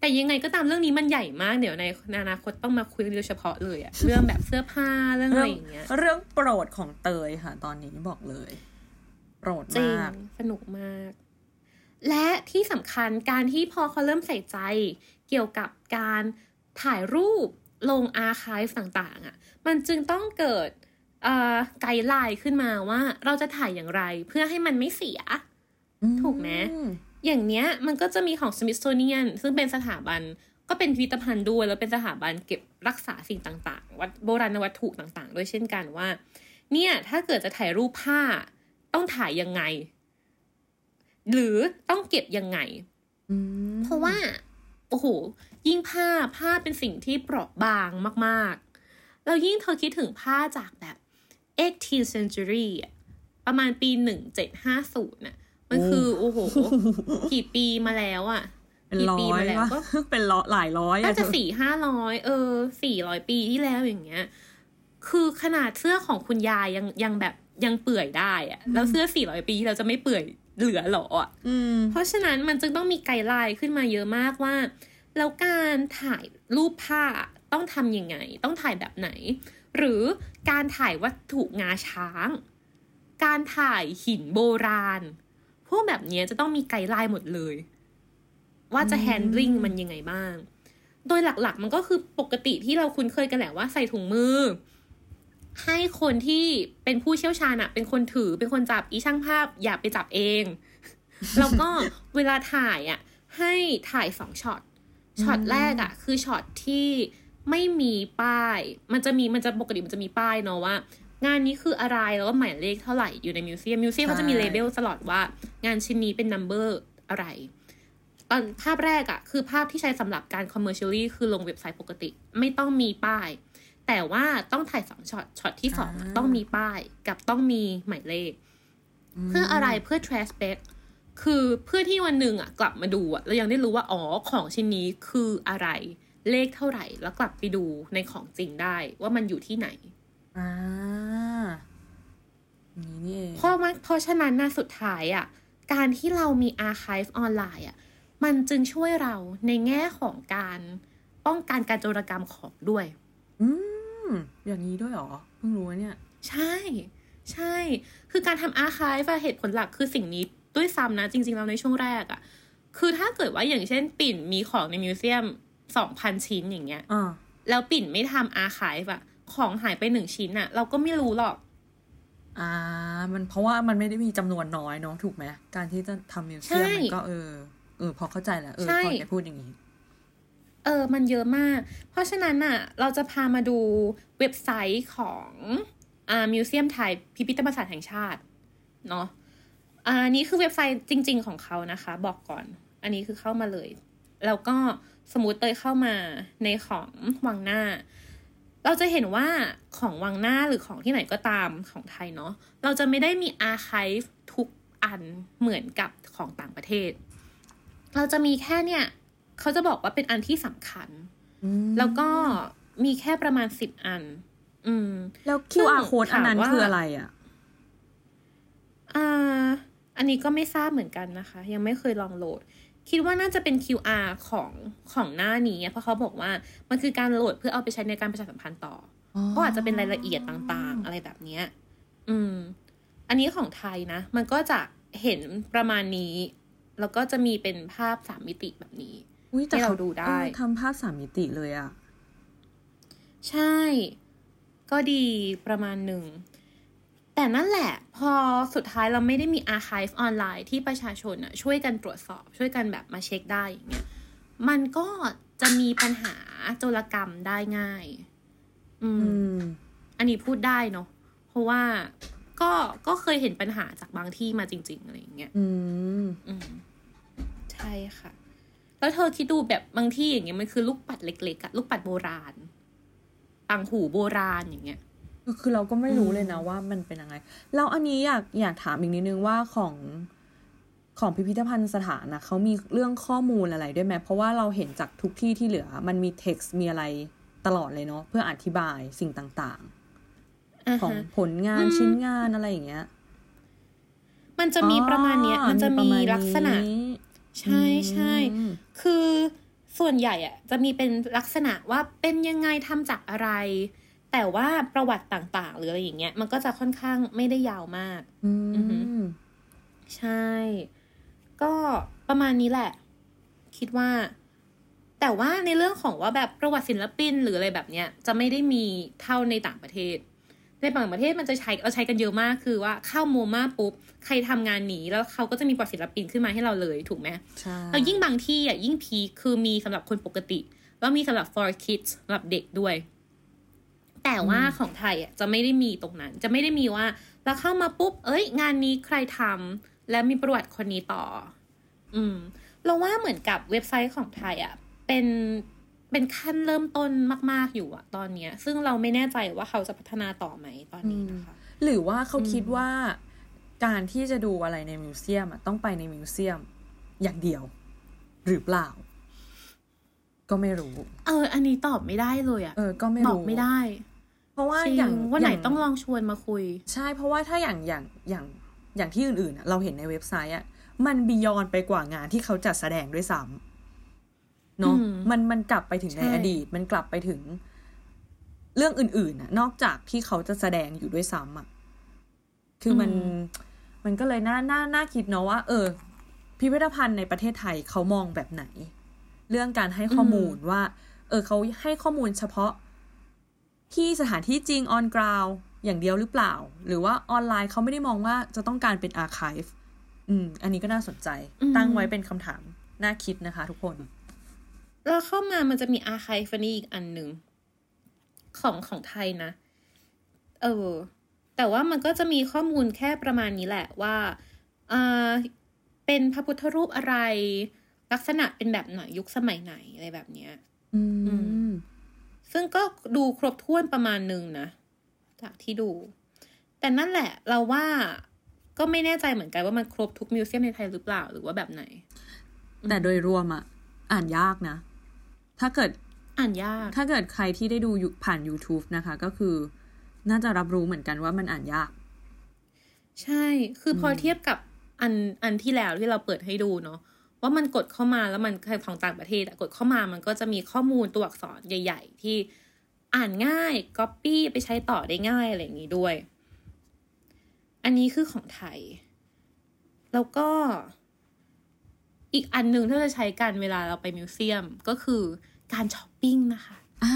แต่ยังไงก็ตามเรื่องนี้มันใหญ่มากเดี๋ยวในอนาคตต้องมาคุยโดยเฉพาะเลยอะเรื่องแบบเสื้อผ้าเรื่องอะไรอย่างเงี้ยเรื่องโปรดของเตยค่ะตอนนี้บอกเลยโปรดมากสนุกมากและที่สำคัญการที่พอเขาเริ่มใส่ใจเกี่ยวกับการถ่ายรูปลงอาร์ไคฟ์ต่างๆอะมันจึงต้องเกิดเอ่อไกด์ไลน์ขึ้นมาว่าเราจะถ่ายอย่างไรเพื่อให้มันไม่เสียถูกไหมอย่างเนี้ยมันก็จะมีของ Smithsonian ซึ่งเป็นสถาบันก็เป็นพิพิธภัณฑ์ด้วยแล้วเป็นสถาบันเก็บรักษาสิ่งต่างๆวัตโบราณวัตถุต่างๆด้วยเช่นกันว่าเนี่ยถ้าเกิดจะถ่ายรูปผ้าต้องถ่ายยังไงหรือต้องเก็บยังไงเพราะว่าโอ้โหยิ่งผ้าผ้าเป็นสิ่งที่เปราะบางมากๆแล้วยิ่งเธอคิดถึงผ้าจากแบบ eighteenth century ประมาณปีหนึ่งเจ็ดห้าศูนย์น่ะมันคือโอ้โหกี่ปีมาแล้วอ่ะกี่ปีมาแล้วก็เป็นร้อยหลายร้อยน่าจะสี่ห้าร้อยเออสี่ร้อยปีที่แล้วอย่างเงี้ยคือขนาดเสื้อของคุณยายยังยังแบบยังเปื่อยได้อ่ะแล้วเสื้อสี่ร้อยปีเราจะไม่เปื่อยเหลือหรออ่ะเพราะฉะนั้นมันจึงต้องมีไกด์ไลน์ขึ้นมาเยอะมากว่าแล้วการถ่ายรูปผ้าต้องทำยังไงต้องถ่ายแบบไหนหรือการถ่ายวัตถุงาช้างการถ่ายหินโบราณพวกแบบนี้จะต้องมีไกด์ไลน์หมดเลยว่าจะแฮนดลิ่งมันยังไงบ้างโดยหลักๆมันก็คือปกติที่เราคุ้นเคยกันแหละว่าใส่ถุงมือให้คนที่เป็นผู้เชี่ยวชาญอะเป็นคนถือเป็นคนจับอีช่างภาพอย่าไปจับเองแล้วก็เวลาถ่ายอะให้ถ่ายสองช็อตช็อตแรกอะคือช็อตที่ไม่มีป้ายมันจะมีมันจะปกติมันจะมีป้ายเนาะว่างานนี้คืออะไรแล้วก็หมายเลขเท่าไหร่อยู่ในมิวเซียมมิวเซียมเขาจะมีเลเบลตลอดว่างานชิ้นนี้เป็นนัมเบอร์อะไรตอนภาพแรกอะคือภาพที่ใช้สำหรับการ commercially คือลงเว็บไซต์ปกติไม่ต้องมีป้ายแต่ว่าต้องถ่ายสองช็อตช็อตที่สองต้องมีป้ายกับต้องมีหมายเลขเพื่ออะไรเพื่อ trace back คือเพื่อที่วันหนึ่งอะกลับมาดูอะเรายังได้รู้ว่าอ๋อของชิ้นนี้คืออะไรเลขเท่าไหร่แล้วกลับไปดูในของจริงได้ว่ามันอยู่ที่ไหนอ่านี่นี่เพราะมันเพราะฉะนั้นนะสุดท้ายอะการที่เรามี archive ออนไลน์อะมันจึงช่วยเราในแง่ของการป้องกันการโจรกรรมของด้วยอืมอย่างนี้ด้วยเหรอเพิ่งรู้เนี่ยใช่ใช่คือการทำ archive เหตุผลหลักคือสิ่งนี้ด้วยซ้ำนะจริงๆเราในช่วงแรกอะคือถ้าเกิดว่าอย่างเช่นปิ่นมีของในมิวเซียม สองพัน ชิ้นอย่างเงี้ยแล้วปิ่นไม่ทำ archive อะของหายไปหนึ่งชิ้นอะเราก็ไม่รู้หรอกอ่ามันเพราะว่ามันไม่ได้มีจำนวนน้อยเนาะถูกไหมการที่จะทำมิวเซียมมันก็เออเออพอเข้าใจแล้วเออพอจะพูดอย่างนี้เออมันเยอะมากเพราะฉะนั้นอ่ะเราจะพามาดูเว็บไซต์ของอ่ามิวเซียมไทยพิพิธภัณฑ์ศาสตร์แห่งชาติเนาะอ่านี้คือเว็บไซต์จริงๆของเขานะคะบอกก่อนอันนี้คือเข้ามาเลยแล้วก็สมมุติเตยเข้ามาในของวังหน้าเราจะเห็นว่าของวังหน้าหรือของที่ไหนก็ตามของไทยเนาะเราจะไม่ได้มีอาร์ไคฟ์ทุกอันเหมือนกับของต่างประเทศเราจะมีแค่เนี่ยเขาจะบอกว่าเป็นอันที่สำคัญแล้วก็มีแค่ประมาณสิบอันอืมแล้ว คิว อาร์ code อันนั้นคืออะไรอ่ะอ่าอันนี้ก็ไม่ทราบเหมือนกันนะคะยังไม่เคยลองโหลดคิดว่าน่าจะเป็น คิว อาร์ ของของหน้านี้เพราะเขาบอกว่ามันคือการโหลดเพื่อเอาไปใช้ในการประชาสัมพันธ์ต่อก็อาจจะเป็นรายละเอียดต่างๆอะไรแบบนี้อืมอันนี้ของไทยนะมันก็จะเห็นประมาณนี้แล้วก็จะมีเป็นภาพสามมิติแบบนี้ให้เราดูได้ทำภาพสามมิติเลยอ่ะใช่ก็ดีประมาณหนึ่งแต่นั่นแหละพอสุดท้ายเราไม่ได้มี archive ออนไลน์ที่ประชาชนอ่ะช่วยกันตรวจสอบช่วยกันแบบมาเช็คได้อย่างเงี้ยมันก็จะมีปัญหาโจรกรรมได้ง่ายอืมอันนี้พูดได้เนาะเพราะว่าก็ก็เคยเห็นปัญหาจากบางที่มาจริงๆอะไรอย่างเงี้ยอืมอืมใช่ค่ะแล้วเธอคิดดูแบบบางที่อย่างเงี้ยมันคือลูกปัดเล็กๆอะลูกปัดโบราณต่างหูโบราณอย่างเงี้ยคือเราก็ไม่รู้เลยนะว่ามันเป็นยังไงแล้วอันนี้อยากอยากถามอีกนิดนึงว่าของของพิพิธภัณฑ์สถานนะเขามีเรื่องข้อมูลอะไรด้วยไหมเพราะว่าเราเห็นจากทุกที่ที่เหลือมันมี text มีอะไรตลอดเลยเนาะเพื่ออธิบายสิ่งต่างๆของผลงานชิ้นงานอะไรอย่างเงี้ยมันจะมีประมาณเนี้ยมันจะมีลักษณะใช่ใช่คือส่วนใหญ่อะจะมีเป็นลักษณะว่าเป็นยังไงทำจากอะไรแต่ว่าประวัติต่างๆหรืออะไรอย่างเงี้ยมันก็จะค่อนข้างไม่ได้ยาวมากอืมใช่ก็ประมาณนี้แหละคิดว่าแต่ว่าในเรื่องของว่าแบบประวัติศิลปินหรืออะไรแบบเนี้ยจะไม่ได้มีเท่าในต่างประเทศในต่างประเทศมันจะใช้เราใช้กันเยอะมากคือว่าเข้าโมมาปุ๊บใครทำงานหนีแล้วเขาก็จะมีประวัติศิลปินขึ้นมาให้เราเลยถูกไหมใช่แล้วยิ่งบางที่อ่ะยิ่งพีคคือมีสำหรับคนปกติแล้วมีสำหรับ for kids สำหรับเด็กด้วยแต่ว่าของไทยอ่ะจะไม่ได้มีตรงนั้นจะไม่ได้มีว่าเราเข้ามาปุ๊บเอ้ยงานนี้ใครทำและมีประวัติคนนี้ต่ออืมเราว่าเหมือนกับเว็บไซต์ของไทยอ่ะเป็นเป็นขั้นเริ่มต้นมากๆอยู่อะตอนเนี้ยซึ่งเราไม่แน่ใจว่าเขาจะพัฒนาต่อไหมตอนนี้นะคะหรือว่าเขาคิดว่าการที่จะดูอะไรในมิวเซียมอะต้องไปในมิวเซียมอย่างเดียวหรือเปล่าก็ไม่รู้เอออันนี้ตอบไม่ได้เลยอะเออก็ไม่รู้บอกไม่ได้เพราะว่าอย่างวันไหนต้องลองชวนมาคุยใช่เพราะว่าถ้าอย่างอย่างอย่างอย่างที่อื่นๆเราเห็นในเว็บไซต์อะมันบียอนไปกว่างานที่เขาจัดแสดงด้วยซ้ำเนาะมันมันกลับไปถึงในอดีตมันกลับไปถึงเรื่องอื่นๆน่ะนอกจากที่เขาจะแสดงอยู่ด้วยซ้ำอ่ะคือมันมันก็เลยน่าน่าน่าคิดเนาะว่าเออพิพิธภัณฑ์ในประเทศไทยเขามองแบบไหนเรื่องการให้ข้อมูลว่าเออเขาให้ข้อมูลเฉพาะที่สถานที่จริง on ground อย่างเดียวหรือเปล่าหรือว่าออนไลน์เขาไม่ได้มองว่าจะต้องการเป็น archive อืมอันนี้ก็น่าสนใจตั้งไว้เป็นคำถามน่าคิดนะคะทุกคนแล้วเข้ามามันจะมีอาร์ไคฟ์นี่อีกอันหนึ่งของของไทยนะเออแต่ว่ามันก็จะมีข้อมูลแค่ประมาณนี้แหละว่าอ่าเป็นพระพุทธรูปอะไรลักษณะเป็นแบบไหนยุคสมัยไหนอะไรแบบเนี้ยอืมซึ่งก็ดูครบถ้วนประมาณนึงนะจากที่ดูแต่นั่นแหละเราว่าก็ไม่แน่ใจเหมือนกันว่ามันครบทุกมิวเซียมในไทยหรือเปล่าหรือว่าแบบไหนแต่โดยรวมอ่ะอ่านยากนะถ้าเกิดอ่านยากถ้าเกิดใครที่ได้ดูผ่าน YouTube นะคะก็คือน่าจะรับรู้เหมือนกันว่ามันอ่านยากใช่คือพอเทียบกับอันอันที่แล้วที่เราเปิดให้ดูเนาะว่ามันกดเข้ามาแล้วมันของต่างประเทศกดเข้ามามันก็จะมีข้อมูลตัวอักษรใหญ่ๆที่อ่านง่าย copy ไปใช้ต่อได้ง่ายอะไรอย่างนี้ด้วยอันนี้คือของไทยแล้วก็อีกอันหนึ่งที่เราใช้กันเวลาเราไปมิวเซียมก็คือการช้อปปิ้งนะคะอ่า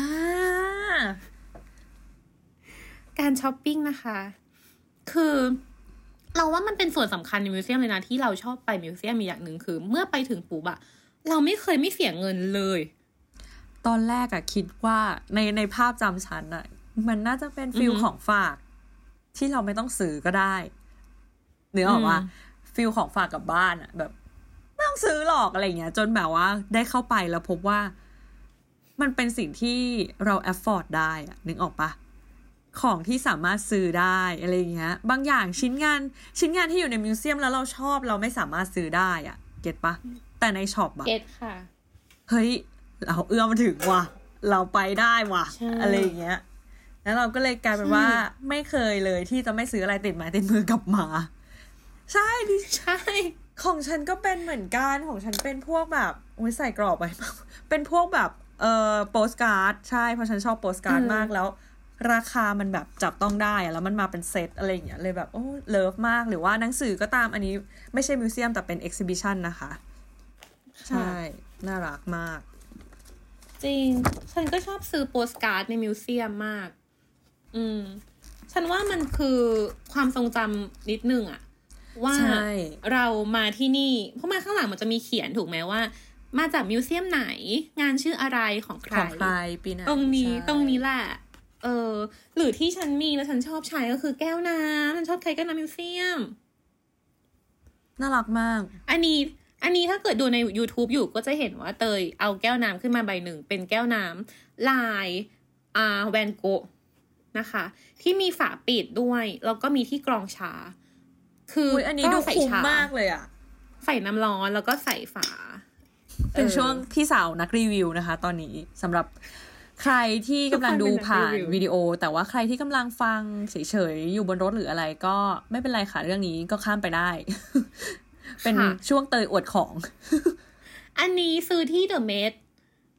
การช้อปปิ้งนะคะคือเราว่ามันเป็นส่วนสำคัญในมิวเซียมเลยนะที่เราชอบไปมิวเซียมมีอย่างหนึ่งคือเมื่อไปถึงปุ๊บอะเราไม่เคยไม่เสียเงินเลยตอนแรกอะคิดว่าในในภาพจำฉันอะมันน่าจะเป็นฟิลของฝากที่เราไม่ต้องซื้อก็ได้เนื้อออกว่าฟิลของฝากกับบ้านอะแบบไม่ต้องซื้อหรอกอะไรเงี้ยจนแบบว่าได้เข้าไปแล้วพบว่ามันเป็นสิ่งที่เรา afford ได้อะนึกออกปะของที่สามารถซื้อได้อะไรเงี้ยบางอย่างชิ้นงานชิ้นงานที่อยู่ในมิวเซียมแล้วเราชอบเราไม่สามารถซื้อได้อะเก็ตปะแต่ในช็อปอะเก็ตค่ะเฮ้ยเราเอื้อมมาถึงว่ะเราไปได้ว่ะอะไรเงี้ยแล้วเราก็เลยกลายเป็นว่าไม่เคยเลยที่จะไม่ซื้ออะไรติดไม้ติดมือกลับมาใช่ดิใช่ของฉันก็เป็นเหมือนกันของฉันเป็นพวกแบบโอ้ยใส่กรอบไปเป็นพวกแบบเอ่อโปสการ์ดใช่เพราะฉันชอบโปสการ์ดมากแล้วราคามันแบบจับต้องได้อะแล้วมันมาเป็นเซตอะไรอย่างเงี้ยเลยแบบโอ้เลิฟมากหรือว่าหนังสือก็ตามอันนี้ไม่ใช่มิวเซียมแต่เป็นเอ็กซิบิชันนะคะใช่น่ารักมากจริงฉันก็ชอบซื้อโปสการ์ดในมิวเซียมมากอืมฉันว่ามันคือความทรงจำนิดนึงอะว่าเรามาที่นี่เพราะมาข้างหลังมันจะมีเขียนถูกไหมว่ามาจากมิวเซียมไหนงานชื่ออะไรของใครของใครปีไหนตรงนี้ตรงนี้แหละเออหรือที่ฉันมีแล้วฉันชอบใช้ก็คือแก้วน้ำฉันชอบใช้แก้วน้ำมิวเซียมน่ารักมากอันนี้อันนี้ถ้าเกิดดูใน YouTube อยู่ก็จะเห็นว่าเตยเอาแก้วน้ำขึ้นมาใบหนึ่งเป็นแก้วน้ำลายอ่าแวนโกะนะคะที่มีฝาปิดด้วยแล้วก็มีที่กรองชาคืออันนี้ดูคุ้มมากเลยอ่ะใส่น้ำร้อนแล้วก็ใส่ฝาเป็นช่วงพี่สาวนักรีวิวนะคะตอนนี้สำหรับใครที่กำลังดูผ่านวิดีโอแต่ว่าใครที่กำลังฟังเฉยๆอยู่บนรถหรืออะไรก็ไม่เป็นไรค่ะเรื่องนี้ก็ข้ามไปได้ เป็นช่วงเตยอวดของอันนี้ซื้อที่ The Med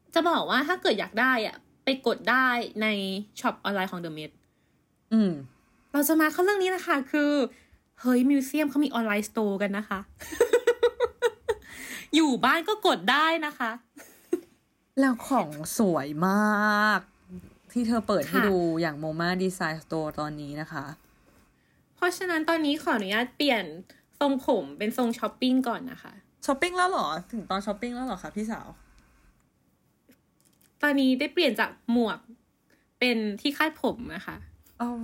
จะบอกว่าถ้าเกิดอยากได้อ่ะไปกดได้ในช็อปออนไลน์ของ The Met อืมเราจะมาเข้าเรื่องนี้นะคะคือเฮ้ยมิวเซียมเขามีออนไลน์สโตร์กันนะคะ อยู่บ้านก็กดได้นะคะแล้วของสวยมากที่เธอเปิดให้ดูอย่าง โมม่า Design Store ตอนนี้นะคะเพราะฉะนั้นตอนนี้ขออนุญาตเปลี่ยนทรงผมเป็นทรงช้อปปิ้งก่อนนะคะช้อปปิ้งแล้วเหรอถึงตอนช้อปปิ้งแล้วเหรอคะพี่สาวตอนนี้ได้เปลี่ยนจากหมวกเป็นที่คาดผมนะคะอ๋อ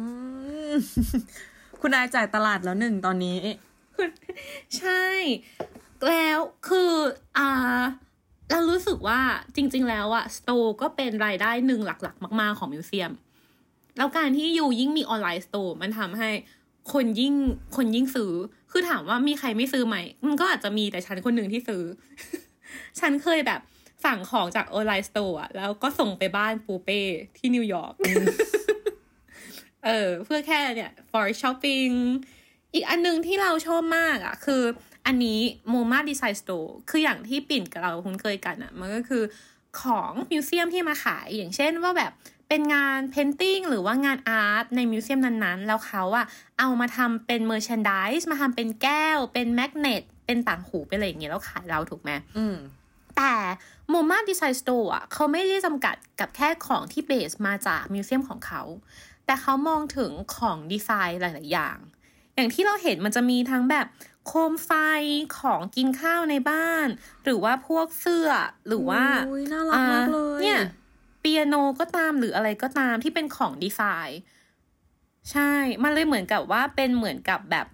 คุณนายจ่ายตลาดแล้วหนึ่งตอนนี้ใช่แล้วคืออ่าเรารู้สึกว่าจริงๆแล้วอะสโตร์ก็เป็นรายได้หนึ่งหลักๆมากๆของมิวเซียมแล้วการที่ยูยิ่งมีออนไลน์สโตร์มันทำให้คนยิ่งคนยิ่งซื้อคือถามว่ามีใครไม่ซื้อไหมมันก็อาจจะมีแต่ฉันคนหนึ่งที่ซื้อ ฉันเคยแบบสั่งของจากออนไลน์สโตร์อะแล้วก็ส่งไปบ้านปูเป้ที่นิวยอร์ก เออเพื่อแค่เนี่ย for shopping อีกอันนึงที่เราชอบมากอะคืออันนี้ โมม่า Design Store คืออย่างที่ปิ่นกับเราคุ้นเคยกันอะมันก็คือของมิวเซียมที่มาขายอย่างเช่นว่าแบบเป็นงานเพนติ้งหรือว่างานอาร์ตในมิวเซียมนั้นๆแล้วเขาอะเอามาทำเป็นเมอร์แชนไดส์มาทำเป็นแก้วเป็นแมกเนตเป็นต่างหูเป็นอะไรอย่างเงี้ยแล้วขายเราถูกไหมอืมแต่ โมม่า Design Store อะเขาไม่ได้จำกัดกับแค่ของที่เบสมาจากมิวเซียมของเขาแต่เขามองถึงของดีไซน์หลายๆอย่างอย่างที่เราเห็นมันจะมีทั้งแบบโคมไฟของกินข้าวในบ้านหรือว่าพวกเสื้อหรือว่าน่ารักมากเลยเนี่ยเปียโนก็ตามหรืออะไรก็ตามที่เป็นของดีไซน์ใช่มันเลยเหมือนกับว่าเป็นเหมือนกับแบบ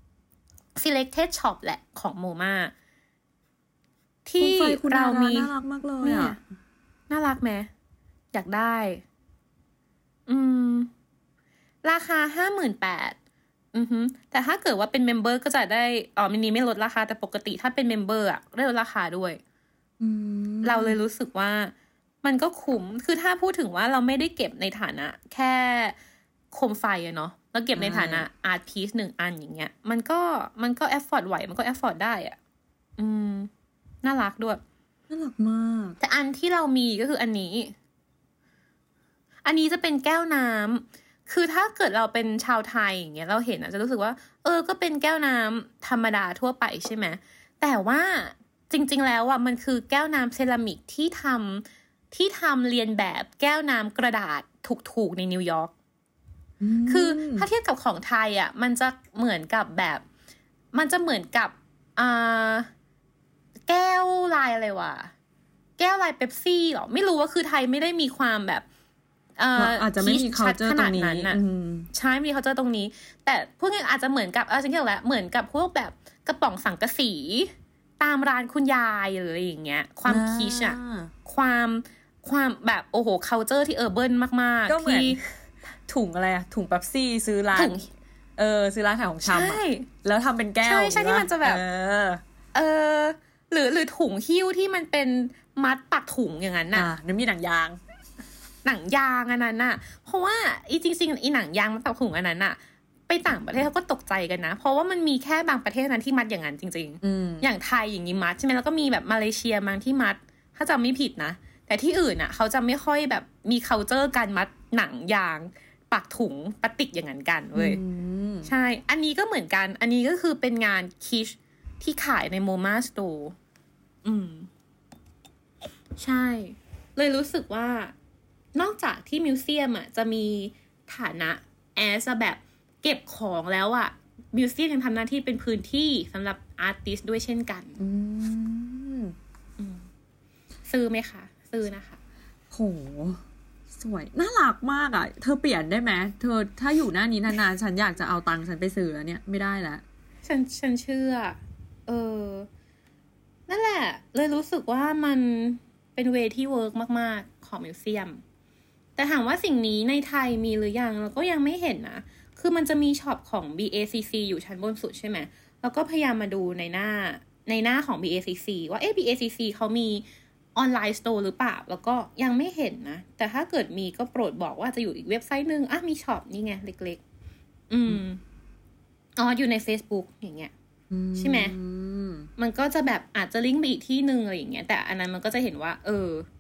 selected shop แหละของโมม่าที่เรามีน่ารักมากเลยอ่ะน่ารักไหมอยากได้อืมราคา ห้าหมื่นแปดพัน อือฮึแต่ถ้าเกิดว่าเป็นเมมเบอร์ก็จะได้อ๋อมินิไม่ลดราคาแต่ปกติถ้าเป็นเมมเบอร์อ่ะได้ลดราคาด้วยเราเลยรู้สึกว่ามันก็คุ้มคือถ้าพูดถึงว่าเราไม่ได้เก็บในฐานะแค่โคมไฟอะเนาะเราเก็บในฐานะอาร์ตพีซหนึ่งอันอย่างเงี้ยมันก็มันก็แอฟฟอร์ดไหวมันก็แอฟฟอร์ดได้อ่ะอืมน่ารักด้วยน่ารักมากแต่อันที่เรามีก็คืออันนี้อันนี้จะเป็นแก้วน้ำคือถ้าเกิดเราเป็นชาวไทยอย่างเงี้ยเราเห็นอ่ะจะรู้สึกว่าเออก็เป็นแก้วน้ำธรรมดาทั่วไปใช่ไหมแต่ว่าจริงๆแล้วอ่ะมันคือแก้วน้ำเซรามิกที่ทำที่ทำเรียนแบบแก้วน้ำกระดาษถูกๆในนิวยอร์กคือถ้าเทียบกับของไทยอ่ะมันจะเหมือนกับแบบมันจะเหมือนกับอ่าแก้วลายอะไรวะแก้วลายเป๊ปซี่หรอไม่รู้ว่าคือไทยไม่ได้มีความแบบอาจจะไม่มี culture ตรงนี้ใช่มี culture ตรงนี้แต่พวกนี้อาจจะเหมือนกับเออฉันคิดแล้วเหมือนกับพวกแบบกระป๋องสังกะสีตามร้านคุณยายหรืออะไรอย่างเงี้ยความคิชอะความความแบบโอ้โห culture ที่เออร์เบิร์นมากๆที่ถุงอะไรอะถุงเป๊ปซี่ซื้อร้านเออซื้อร้านขายของชำอะแล้วทำเป็นแก้วใช่ใช่ที่มันจะแบบเออหรือหรือถุงหิ้วที่มันเป็นมัดปักถุงอย่างนั้นน่ะน้ำมีหนังยางหนังยางอันนั้นน่ะเพราะว่าอีจริงๆอีหนังยางมันปักถุงอันนั้นน่ะไปต่างประเทศเขาก็ตกใจกันนะเพราะว่ามันมีแค่บางประเทศนั้นที่มัดอย่างนั้นจริงๆอย่างไทยอย่างนี้มัดใช่ไหมแล้วก็มีแบบมาเลเซียบางที่มัดถ้าจำไม่ผิดนะแต่ที่อื่นอ่ะเขาจะไม่ค่อยแบบมี culture การมัดหนังยางปักถุงพลาสติกอย่างนั้นกันเว้ยใช่อันนี้ก็เหมือนกันอันนี้ก็คือเป็นงานคิชที่ขายในโมม่าสโตร์อืมใช่เลยรู้สึกว่านอกจากที่มิวเซียมอ่ะจะมีฐานะแอสแบบเก็บของแล้วอ่ะมิวเซียมยังทำหน้าที่เป็นพื้นที่สำหรับอาร์ติสต์ด้วยเช่นกันอืมซื้อไหมคะซื้อนะคะโหสวยน่ารักมากอ่ะเธอเปลี่ยนได้ไหมเธอถ้าอยู่หน้านี้นานๆฉันอยากจะเอาตังค์ฉันไปซื้อแล้วเนี่ยไม่ได้แล้วฉันฉันเชื่อเออนั่นแหละเลยรู้สึกว่ามันเป็นเวที่เวิร์กมากๆของมิวเซียมแต่ถามว่าสิ่งนี้ในไทยมีหรือยังเราก็ยังไม่เห็นนะคือมันจะมีช็อปของ บี เอ ซี ซี อยู่ชั้นบนสุดใช่ไหมแล้วก็พยายามมาดูในหน้าในหน้าของ บี เอ ซี ซี ว่าเอ๊ะ บี เอ ซี ซี เขามีออนไลน์สโตร์หรือเปล่าแล้วก็ยังไม่เห็นนะแต่ถ้าเกิดมีก็โปรดบอกว่าจะอยู่อีกเว็บไซต์นึงอ่ะมีช็อปนี่ไงเล็กๆอืมอ๋ออยู่ใน Facebook อย่างเงี้ยใช่ไหมมันก็จะแบบอาจจะลิงก์ไปอีกที่นึงอะไรอย่างเงี้ยแต่อันนั้นมันก็จะเห็นว่าเออ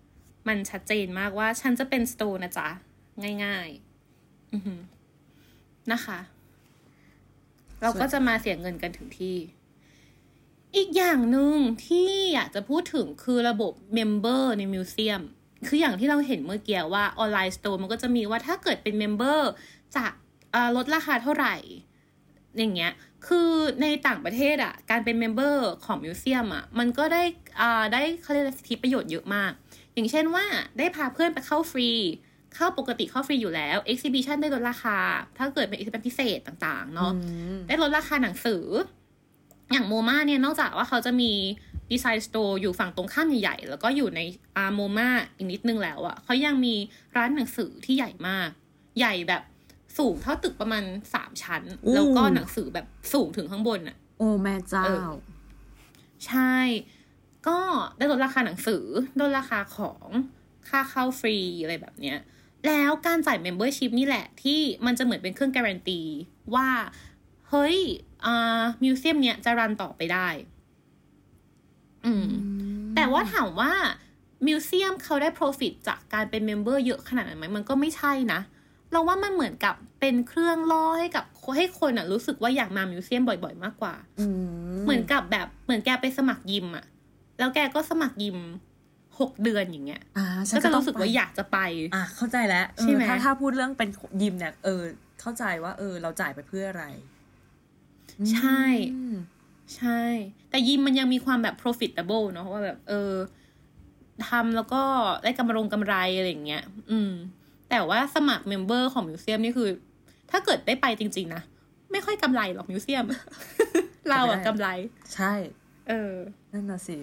มันชัดเจนมากว่าฉันจะเป็นสโตร์นะจ๊ะง่ายๆอือหือนะคะเราก็จะมาเสียเงินกันถึงที่อีกอย่างหนึ่งที่อยากจะพูดถึงคือระบบเมมเบอร์ในมิวเซียมคืออย่างที่เราเห็นเมื่อกี้ว่าออนไลน์สโตร์มันก็จะมีว่าถ้าเกิดเป็นเมมเบอร์จะลดราคาเท่าไหร่อย่างเงี้ยคือในต่างประเทศอ่ะการเป็นเมมเบอร์ของมิวเซียมอ่ะมันก็ได้อ่าได้เขาเรียกสิทธิประโยชน์เยอะมากอย่างเช่นว่าได้พาเพื่อนไปเข้าฟรีเข้าปกติเข้าฟรีอยู่แล้ว exhibition ได้ลดราคาถ้าเกิดเป็น exhibition พิเศษต่างๆเนาะได้ลดราคาหนังสืออย่างโมมาเนี่ยนอกจากว่าเขาจะมีดีไซน์สโตร์อยู่ฝั่งตรงข้ามใหญ่ๆแล้วก็อยู่ในอาโมมาอีกนิดนึงแล้วอ่ะเขายังมีร้านหนังสือที่ใหญ่มากใหญ่แบบสูงเท่าตึกประมาณสามชั้นแล้วก็หนังสือแบบสูงถึงข้างบนอ่ะโอ้แม่เจ้าใช่ก็ได้ลดราคาหนังสือลดราคาของค่าเข้าฟรีอะไรแบบเนี้ยแล้วการจ่าย membership นี่แหละที่มันจะเหมือนเป็นเครื่องการันตีว่าเฮ้ยอ่ามิวเซียมเนี้ยจะรันต่อไปได้อืมแต่ว่าถามว่ามิวเซียมเขาได้ profit จากการเป็น member เยอะขนาดนั้นไหมมันก็ไม่ใช่นะเราว่ามันเหมือนกับเป็นเครื่องล่อให้กับให้คนอ่ะรู้สึกว่าอยากมามิวเซียมบ่อยๆมากกว่าเหมือนกับแบบเหมือนแกไปสมัครยิมอ่ะแล้วแกก็สมัครยิมหกเดือนอย่างเงี้ยก็จะรู้สึกว่าอยากจะไปอ่ะเข้าใจแล้วใช่ไหมถ้าถ้าพูดเรื่องเป็นยิมเนี่ยเออเข้าใจว่าเออเราจ่ายไปเพื่ออะไรใช่ใช่แต่ยิมมันยังมีความแบบ profitable เนาะว่าแบบเออทำแล้วก็ได้กำไรกำไรอะไรอย่างเงี้ยอืมแต่ว่าสมัครเมมเบอร์ของมิวเซียมนี่คือถ้าเกิดได้ไปจริงๆนะไม่ค่อยกำไรหรอกมิวเซียม เราอะกำไรใช่เออนั่นน่ะสิ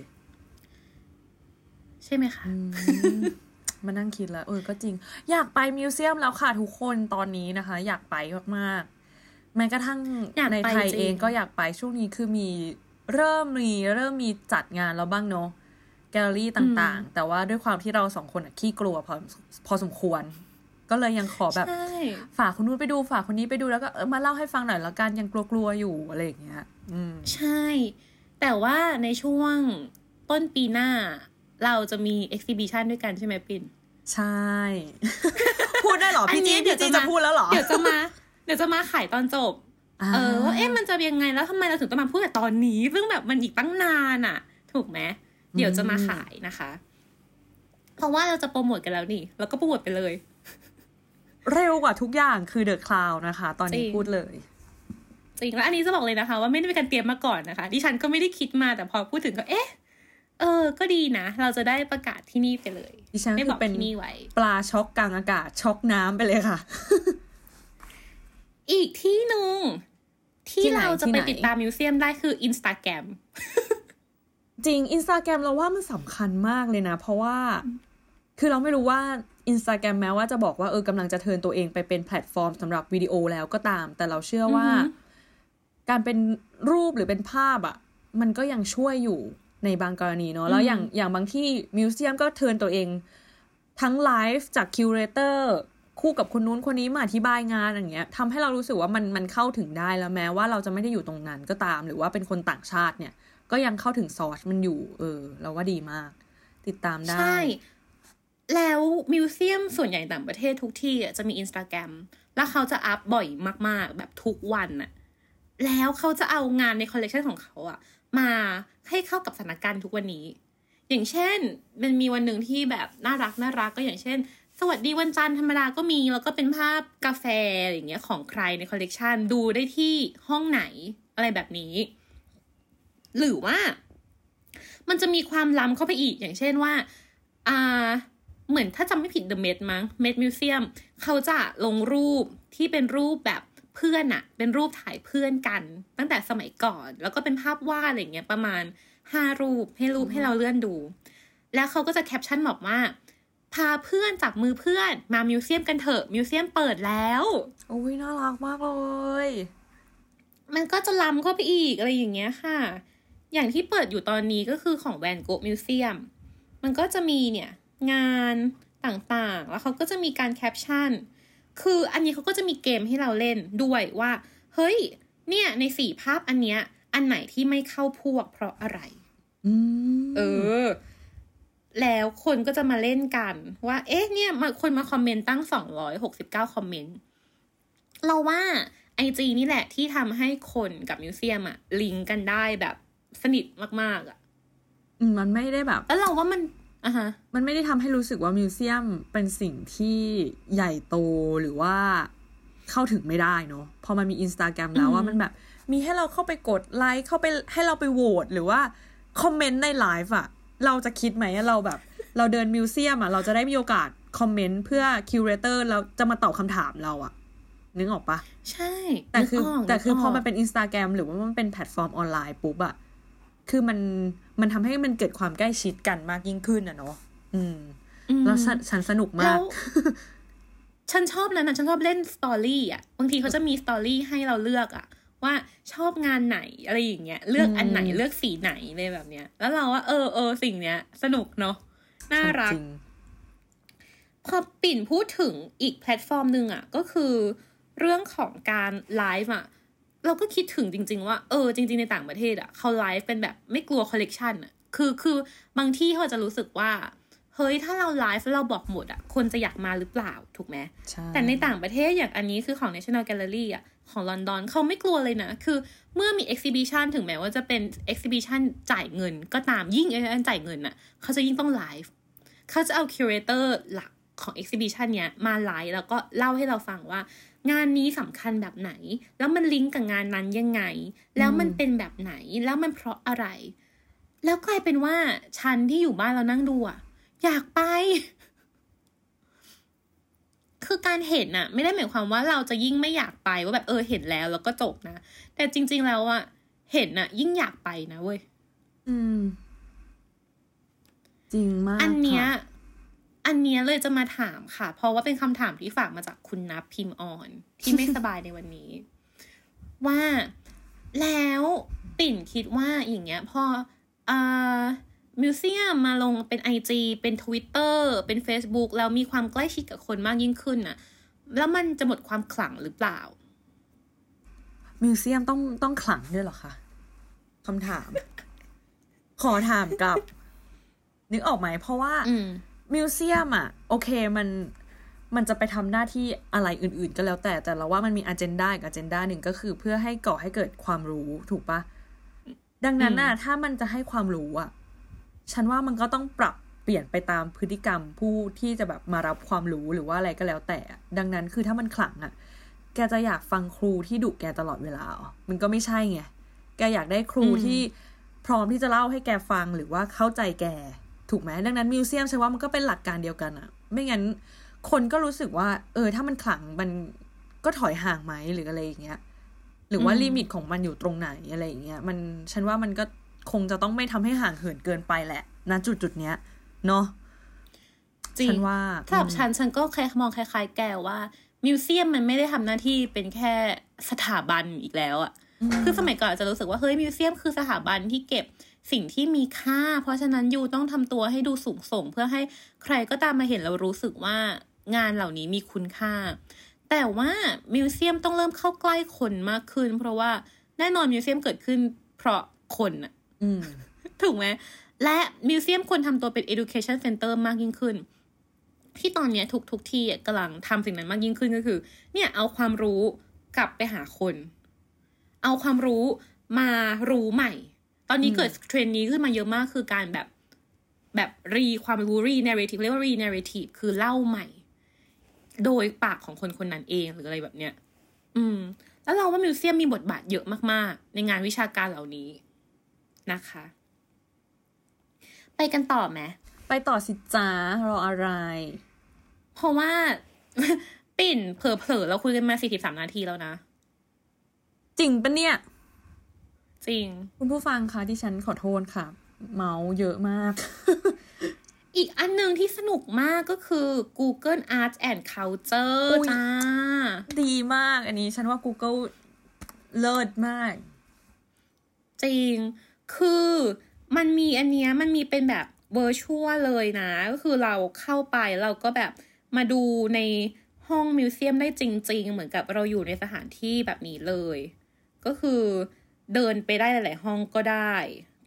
ใช่ไหมคะมานั่งคิดแล้วเออก็จริงอยากไปมิวเซียมแล้วค่ะทุกคนตอนนี้นะคะอยากไปมากๆแม้กระทั่งในไทยเองก็อยากไปช่วงนี้คือมีเริ่มมีเริ่มมีจัดงานแล้วบ้างเนาะแกลเลอรี่ต่างๆแต่ว่าด้วยความที่เราสองคนอะขี้กลัวพอพอสมควรก็เลยยังขอแบบฝากคนนู้นไปดูฝากคนนี้ไปดูแล้วก็เออมาเล่าให้ฟังหน่อยแล้วกันยังกลัวๆอยู่อะไรอย่างเงี้ยอืมใช่แต่ว่าในช่วงต้นปีหน้าเราจะมี exhibition ด้วยกันใช่ไหมปิ่นใช่พูดได้หรอพี่จีพี่จีจะพูดแล้วหรอเดี๋ยวจะมาเดี๋ยวจะมาขายตอนจบเออว่าเอ๊ะมันจะยังไงแล้วทำไมเราถึงต้องมาพูดแต่ตอนนี้ซึ่งแบบมันอีกตั้งนานอ่ะถูกไหมเดี๋ยวจะมาขายนะคะเพราะว่าเราจะโปรโมทกันแล้วนี่แล้วก็โปรโมทไปเลยเร็วกว่าทุกอย่างคือ The Cloud นะคะตอนนี้พูดเลยจริงแล้วอันนี้จะบอกเลยนะคะว่าไม่ได้เป็นการเตรียมมาก่อนนะคะดิฉันก็ไม่ได้คิดมาแต่พอพูดถึงก็เอ๊ะเออก็ดีนะเราจะได้ประกาศที่นี่ไปเลยดิฉันไม่บอกเป็นที่นี่ไว้ปลาช็อกกลางอากาศช็อกน้ำไปเลยค่ะอีกที่หนึ่งที่เราจะไปติดตามมิวเซียมได้คือ Instagram จริง Instagram เราว่ามันสำคัญมากเลยนะเพราะว่าคือเราไม่รู้ว่า Instagram แม้ว่าจะบอกว่าเออกำลังจะเทิร์นตัวเองไปเป็นแพลตฟอร์มสำหรับวิดีโอแล้วก็ตามแต่เราเชื่อว่าการเป็นรูปหรือเป็นภาพอ่ะมันก็ยังช่วยอยู่ในบางกรณีเนาะแล้วอย่างอย่างบางที่มิวเซียมก็เทิร์นตัวเองทั้งไลฟ์จากคิวเรเตอร์คู่กับคนนู้นคนนี้มาอธิบายงานอย่างเงี้ยทำให้เรารู้สึกว่ามันมันเข้าถึงได้แล้วแม้ว่าเราจะไม่ได้อยู่ตรงนั้นก็ตามหรือว่าเป็นคนต่างชาติเนี่ยก็ยังเข้าถึงซอร์สมันอยู่เออเราว่าดีมากติดตามได้ใช่แล้วมิวเซียมส่วนใหญ่ต่างประเทศทุกที่จะมี Instagram แล้วเขาจะอัพบ่อยมากๆแบบทุกวันน่ะแล้วเขาจะเอางานในคอลเลคชันของเขาอะมาให้เข้ากับสถานการณ์ทุกวันนี้อย่างเช่นมันมีวันหนึ่งที่แบบน่ารักน่ารักก็อย่างเช่นสวัสดีวันจันทร์ธรรมดาก็มีแล้วก็เป็นภาพกาแฟอย่างเงี้ยของใครในคอลเลกชันดูได้ที่ห้องไหนอะไรแบบนี้หรือว่ามันจะมีความล้ำเข้าไปอีกอย่างเช่นว่าอ่าเหมือนถ้าจำไม่ผิด The Met มั้ง Met Museum เขาจะลงรูปที่เป็นรูปแบบเพื่อนอะเป็นรูปถ่ายเพื่อนกันตั้งแต่สมัยก่อนแล้วก็เป็นภาพวาดอะไรเงี้ยประมาณห้ารูปให้รูปให้เราเลื่อนดูแล้วเขาก็จะแคปชั่นบอกว่าพาเพื่อนจับมือเพื่อนมามิวเซียมกันเถอะมิวเซียมเปิดแล้วโอ้ยน่ารักมากเลยมันก็จะล้ำเข้าไปอีกอะไรอย่างเงี้ยค่ะอย่างที่เปิดอยู่ตอนนี้ก็คือของแวนโกะมิวเซียมมันก็จะมีเนี่ยงานต่างๆแล้วเขาก็จะมีการแคปชั่นคืออันนี้เขาก็จะมีเกมให้เราเล่นด้วยว่าเฮ้ยเนี่ยในสี่ภาพอันเนี้ยอันไหนที่ไม่เข้าพวกเพราะอะไรอืมเออแล้วคนก็จะมาเล่นกันว่าเอ๊ะเนี่ยมาคนมาคอมเมนต์ตั้งสองร้อยหกสิบเก้าคอมเมนต์เราว่า ไอ จี นี่แหละที่ทำให้คนกับมิวเซียมอะลิงก์กันได้แบบสนิทมากๆอะอืมมันไม่ได้แบบแล้วเราว่ามันอ่ะฮะมันไม่ได้ทำให้รู้สึกว่ามิวเซียมเป็นสิ่งที่ใหญ่โตหรือว่าเข้าถึงไม่ได้เนาะพอมันมี Instagram แล้วว่ามันแบบมีให้เราเข้าไปกดไลค์เข้าไปให้เราไปโหวตหรือว่าคอมเมนต์ในไลฟ์อะเราจะคิดไหมเราแบบเราเดินมิวเซียมอะเราจะได้มีโอกาสคอมเมนต์เพื่อคิวเรเตอร์แล้วจะมาตอบคำถามเราอะนึกออกปะใช่แต่คือแต่คือพอมันเป็น Instagram หรือว่ามันเป็นแพลตฟอร์มออนไลน์ปุ๊บอะคือมันมันทำให้มันเกิดความใกล้ชิดกันมากยิ่งขึ้นอะเนาะอืมแล้วฉันฉันสนุกมากฉันชอบนะนะฉันชอบเล่นสตอรี่อ่ะบางทีเขาจะมีสตอรี่ให้เราเลือกอ่ะว่าชอบงานไหนอะไรอย่างเงี้ยเลือกอันไหนเลือกสีไหนเลยแบบเนี้ยแล้วเราว่าเออเออสิ่งเนี้ยสนุกเนาะน่ารักพอปิ่นพูดถึงอีกแพลตฟอร์มนึงอ่ะก็คือเรื่องของการไลฟ์อ่ะเราก็คิดถึงจริงๆว่าเออจริงๆในต่างประเทศอ่ะเขาไลฟ์เป็นแบบไม่กลัวคอลเลกชันอ่ะคือคือบางที่เขาจะรู้สึกว่าเฮ้ยถ้าเราไลฟ์แล้วเราบอกหมดอ่ะคนจะอยากมาหรือเปล่าถูกไหมแต่ในต่างประเทศอย่างอันนี้คือของ National Gallery อ่ะของลอนดอนเขาไม่กลัวเลยนะคือเมื่อมี exhibition ถึงแม้ว่าจะเป็น exhibition จ่ายเงินก็ตามยิ่งอันจ่ายเงินอ่ะเขาจะยิ่งต้องไลฟ์เขาจะเอา curator หลักของ exhibition เนี้ยมาไลฟ์แล้วก็เล่าให้เราฟังว่างานนี้สำคัญแบบไหนแล้วมันลิงก์กับงานนั้นยังไงแล้วมันเป็นแบบไหนแล้วมันเพราะอะไรแล้วกลายเป็นว่าฉันที่อยู่บ้านเรานั่งดูอ่ะอยากไปคือการเห็นน่ะไม่ได้หมายความว่าเราจะยิ่งไม่อยากไปว่าแบบเออเห็นแล้วแล้วก็จบนะแต่จริงๆแล้วอ่ะเห็นน่ะยิ่งอยากไปนะเว้ยอืมจริงมากอันเนี้ยอันเนี้ยเลยจะมาถามค่ะเพราะว่าเป็นคำถามที่ฝากมาจากคุณนับพิมพ์อ่อนที่ไม่สบายในวันนี้ ว่าแล้วปิ่นคิดว่าอย่างเงี้ยพออ่ามิวเซียมมาลงเป็น ไอ จี เป็น Twitter เป็น Facebook แล้วมีความใกล้ชิดกับคนมากยิ่งขึ้นน่ะแล้วมันจะหมดความขลังหรือเปล่ามิวเซียมต้องต้องขลังด้วยเหรอคะคำถาม ขอถามกลับนึกออกไหมเพราะว่ามิวเซียมอ่ะโอเคมันมันจะไปทำหน้าที่อะไรอื่นๆก็แล้วแต่แต่เราว่ามันมีอเจนดาอีกอเจนดาหนึ่งก็คือเพื่อให้ก่อให้เกิดความรู้ถูกปะดังนั้นน่ะถ้ามันจะให้ความรู้อ่ะฉันว่ามันก็ต้องปรับเปลี่ยนไปตามพฤติกรรมผู้ที่จะแบบมารับความรู้หรือว่าอะไรก็แล้วแต่ดังนั้นคือถ้ามันขลังอ่ะแกจะอยากฟังครูที่ดุแกตลอดเวลาอ๋อมันก็ไม่ใช่ไงแกอยากได้ครูที่พร้อมที่จะเล่าให้แกฟังหรือว่าเข้าใจแกถูกไหมดังนั้นมิวเซียมฉันว่ามันก็เป็นหลักการเดียวกันอ่ะไม่งั้นคนก็รู้สึกว่าเออถ้ามันขลังมันก็ถอยห่างไหมหรืออะไรอย่างเงี้ยหรือว่าลิมิตของมันอยู่ตรงไหนอะไรอย่างเงี้ยมันฉันว่ามันก็คงจะต้องไม่ทำให้ห่างเหินเกินไปแหละณจุดจุดเนี้ยเนาะฉันว่าสำหรับฉันฉันก็แค่มองคล้ายๆแกว่ามิวเซียมมันไม่ได้ทำหน้าที่เป็นแค่สถาบันอีกแล้วอ่ะคือสมัยก่อนจะรู้สึกว่าเฮ้ยมิวเซียมคือสถาบันที่เก็บสิ่งที่มีค่าเพราะฉะนั้นยูต้องทำตัวให้ดูสูงส่งเพื่อให้ใครก็ตามมาเห็นแล้วรู้สึกว่างานเหล่านี้มีคุณค่าแต่ว่ามิวเซียมต้องเริ่มเข้าใกล้คนมากขึ้นเพราะว่าแน่นอนมิวเซียมเกิดขึ้นเพราะคนอ่ะถูกไหมและมิวเซียมควรทำตัวเป็น education center มากยิ่งขึ้นที่ตอนนี้ทุกทุกที่กำลังทำสิ่งนั้นมากยิ่งขึ้นก็คือเนี่ยเอาความรู้กลับไปหาคนเอาความรู้มารู้ใหม่ตอนนี้เกิดเทรนด์นี้ขึ้นมาเยอะมากคือการแบบแบบรีความรู้รี narrative เรียกว่า re narrative คือเล่าใหม่โดยปากของคนคนนั้นเองหรืออะไรแบบเนี้ยอืมแล้วเราว่ามิวเซียมมีบทบาทเยอะมากๆในงานวิชาการเหล่านี้นะคะไปกันต่อไหมไปต่อสิจ้ารออะไรเพราะว่า ปิ่นเผลอๆเราคุยกันมาสี่สิบสามนาทีแล้วนะจริงปะเนี่ยจริงคุณผู้ฟังคะที่ฉันขอโทษค่ะเมาเยอะมากอีกอันนึงที่สนุกมากก็คือ Google Arts and Culture จ้าดีมากอันนี้ฉันว่า Google เลิศมากจริงคือมันมีอันเนี้ยมันมีเป็นแบบเวอร์ชวลเลยนะก็คือเราเข้าไปเราก็แบบมาดูในห้องมิวเซียมได้จริงๆเหมือนกับเราอยู่ในสถานที่แบบนี้เลยก็คือเดินไปได้หลายๆห้องก็ได้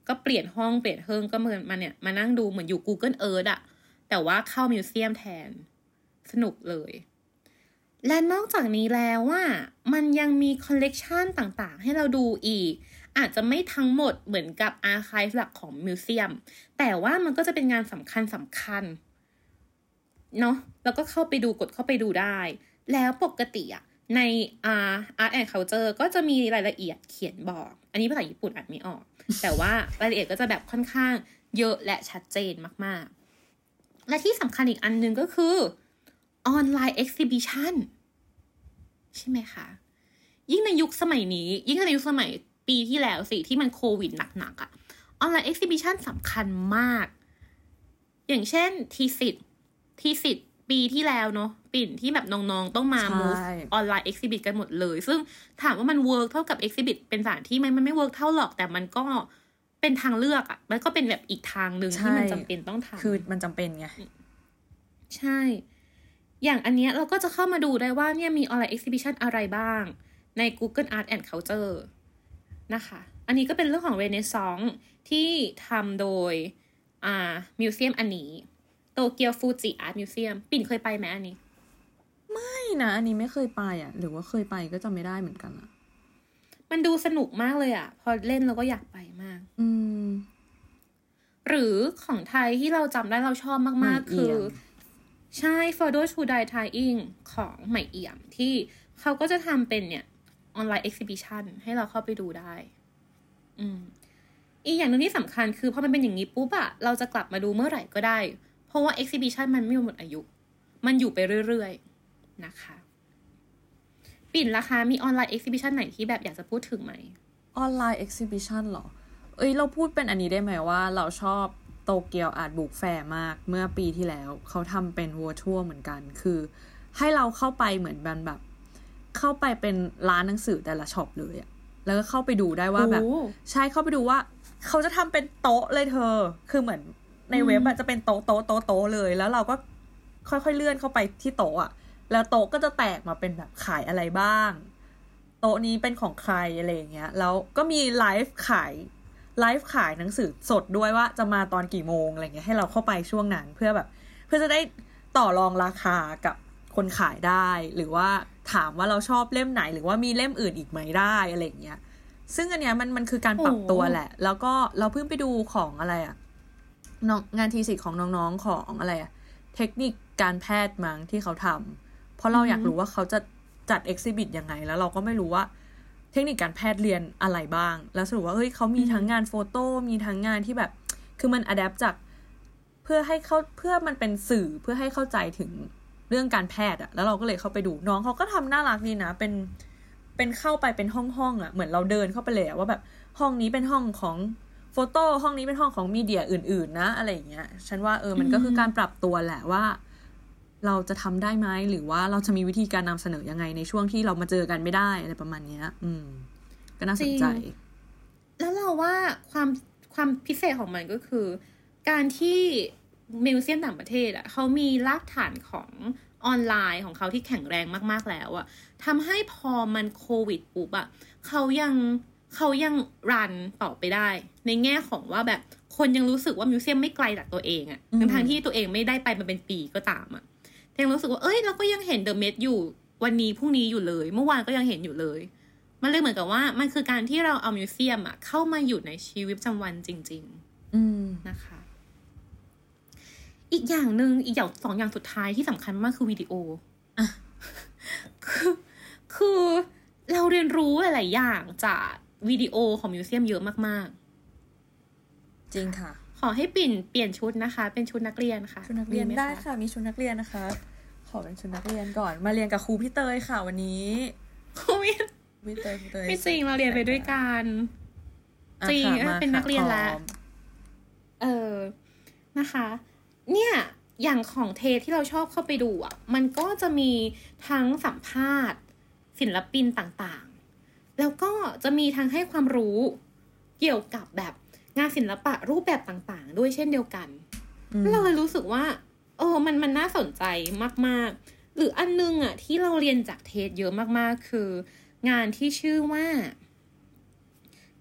ก็เปลี่ยนห้องเปลี่ยนเฮิงก็เหมือนมาเนี่ยมานั่งดูเหมือนอยู่ Google Earth อะแต่ว่าเข้ามิวเซียมแทนสนุกเลยและนอกจากนี้แล้วว่ามันยังมีคอลเลกชันต่างๆให้เราดูอีกอาจจะไม่ทั้งหมดเหมือนกับอาร์ไคฟ์หลักของมิวเซียมแต่ว่ามันก็จะเป็นงานสำคัญสำคัญเนาะแล้วก็เข้าไปดูกดเข้าไปดูได้แล้วปกติอะใน Art Art and Culture ก็จะมีรายละเอียดเขียนบอกอันนี้ภาษาญี่ปุ่นอ่านไม่ออก แต่ว่ารายละเอียดก็จะแบบค่อนข้างเยอะและชัดเจนมากๆและที่สำคัญอีกอันนึงก็คือออนไลน์ exhibition ใช่ไหมคะยิ่งในยุคสมัยนี้ยิ่งในยุคสมัยปีที่แล้วสิที่มันโควิดหนักๆอ่ะออนไลน์ exhibition สำคัญมากอย่างเช่นทีสิทธิ์ทีสิทธิ์ปีที่แล้วเนาะปิ่นที่แบบน้องๆต้องมา move ออนไลน์ exhibit กันหมดเลยซึ่งถามว่ามัน work เท่ากับ exhibit เป็นสถานที่มันมันไม่ work เท่าหรอกแต่มันก็เป็นทางเลือกอ่ะมันก็เป็นแบบอีกทางนึงที่มันจำเป็นต้องทำคือมันจำเป็นไงใช่อย่างอันเนี้ยเราก็จะเข้ามาดูได้ว่าเนี่ยมีออนไลน์ exhibition อะไรบ้างใน Google Art and Culture นะคะอันนี้ก็เป็นเรื่องของ Renaissance ที่ทำโดยอ่ามิวเซียมอันนี้โตเกียวฟูจิอาร์ตมิวเซียมปิ่นเคยไปไหมอันนี้ไม่นะอันนี้ไม่เคยไปอ่ะหรือว่าเคยไปก็จำไม่ได้เหมือนกันอ่ะมันดูสนุกมากเลยอ่ะพอเล่นเราก็อยากไปมากอืมหรือของไทยที่เราจำได้เราชอบมากๆคือใช่ Photo to Die Tying ของใหม่เอี่ยมที่เขาก็จะทำเป็นเนี่ยออนไลน์ exhibition ให้เราเข้าไปดูได้อืมอีกอย่างนึงที่สำคัญคือพอมันเป็นอย่างนี้ปุ๊บอะเราจะกลับมาดูเมื่อไหร่ก็ได้เพราะว่า exhibition มันไม่หมดอายุมันอยู่ไปเรื่อยๆนะคะปิ่นราคามีออนไลน์ exhibition ไหนที่แบบอยากจะพูดถึงไหมออนไลน์ exhibition หรอเอ้ยเราพูดเป็นอันนี้ได้ไหมว่าเราชอบโตเกียวอาร์ตบุ๊กแฟร์มากเมื่อปีที่แล้วเขาทำเป็น virtual เหมือนกันคือให้เราเข้าไปเหมือนแบบแบบเข้าไปเป็นร้านหนังสือแต่ละช็อปเลยอะแล้วก็เข้าไปดูได้ว่าแบบใช่เข้าไปดูว่าเขาจะทำเป็นโต๊ะเลยเธอคือเหมือนในเว็บอะจะเป็นโต๊ะโต๊ะโต๊ะโต๊ะเลยแล้วเราก็ค่อยๆเลื่อนเข้าไปที่โต๊ะอะแล้วโต๊ะก็จะแตกมาเป็นแบบขายอะไรบ้างโต๊ะนี้เป็นของใครอะไรอย่างเงี้ยแล้วก็มีไลฟ์ขายไลฟ์ขายหนังสือสดด้วยว่าจะมาตอนกี่โมงอะไรเงี้ยให้เราเข้าไปช่วงนั้นเพื่อแบบเพื่อจะได้ต่อรองราคากับคนขายได้หรือว่าถามว่าเราชอบเล่มไหนหรือว่ามีเล่มอื่นอีกไหมได้อะไรอย่างเงี้ยซึ่งอันเนี้ยมันมันคือการปรับตัวแหละแล้วก็เราเพิ่งไปดูของอะไรอะน้องงานทีสิทธิ์ของน้องๆของอะไรอะเทคนิคการแพทย์มั้งที่เขาทำเพราะเราอยากรู้ว่าเขาจะจัดเอ็กซิบิทยังไงแล้วเราก็ไม่รู้ว่าเทคนิคการแพทย์เรียนอะไรบ้างแล้วสรุปว่าเฮ้ยเขามีทั้งงานโฟโต้มีทั้งงานที่แบบคือมันอะแดปจากเพื่อให้เขาเพื่อมันเป็นสื่อเพื่อให้เข้าใจถึงเรื่องการแพทย์อะแล้วเราก็เลยเข้าไปดูน้องเขาก็ทำน่ารักดีนะเป็นเป็นเข้าไปเป็นห้องๆอะเหมือนเราเดินเข้าไปเลยอะว่าแบบห้องนี้เป็นห้องของโฟโต้ห้องนี้เป็นห้องของมีเดียอื่นๆนะอะไรอย่างเงี้ยฉันว่าเออมันก็คือการปรับตัวแหละว่าเราจะทำได้ไหมหรือว่าเราจะมีวิธีการนำเสนอยังไงในช่วงที่เรามาเจอกันไม่ได้อะไรประมาณนี้อืมก็น่าสนใจแล้วเราว่าความความพิเศษของมันก็คือการที่มิวเซียมต่างประเทศอ่ะเขามีรากฐานของออนไลน์ของเขาที่แข็งแรงมากๆแล้วอ่ะทำให้พอมันโควิดปุ๊บอ่ะเขายังเขายังรันต่อไปได้ในแง่ของว่าแบบคนยังรู้สึกว่ามิวเซียมไม่ไกลจากตัวเองอ่ะทั้งที่ตัวเองไม่ได้ไปมาเป็นปีก็ตามอ่ะยังรู้สึกว่าเอ้ยเราก็ยังเห็นเดอะเมดอยู่วันนี้พรุ่งนี้อยู่เลยเมื่อวานก็ยังเห็นอยู่เลยมันเลยเหมือนกับว่ามันคือการที่เราเอามิวเซียมอะเข้ามาอยู่ในชีวิตประจำวันจริงๆนะคะอีกอย่างหนึ่งอีกอย่างสองอย่างสุดท้ายที่สำคัญมากคือวิดีโออ่ะคือคือเราเรียนรู้หลายๆอย่างจากวิดีโอของมิวเซียมเยอะมากๆจริงค่ะขอให้ปิ่นเปลี่ยนชุดนะคะเป็นชุดนักเรียนค่ะชุดนักเรียนได้ค่ะมีชุดนักเรียนนะคะขอเป็นชุดนักเรียนก่อนมาเรียนกับครูพี่เตยค่ะวันนี้ครูพี่พี่เตยพี่เตยไม่จริงเราเรียนไปด้วยกันจริงเป็นนักเรียนแล้วเออนะคะเนี่ยอย่างของเทที่เราชอบเข้าไปดูอ่ะมันก็จะมีทั้งสัมภาษณ์ศิลปินต่างๆแล้วก็จะมีทั้งให้ความรู้เกี่ยวกับแบบงานศิลปะรูปแบบต่างๆด้วยเช่นเดียวกันเราเลยรู้สึกว่าเออมันมันน่าสนใจมากๆหรืออันนึงอ่ะที่เราเรียนจากเทสเยอะมากๆคืองานที่ชื่อว่า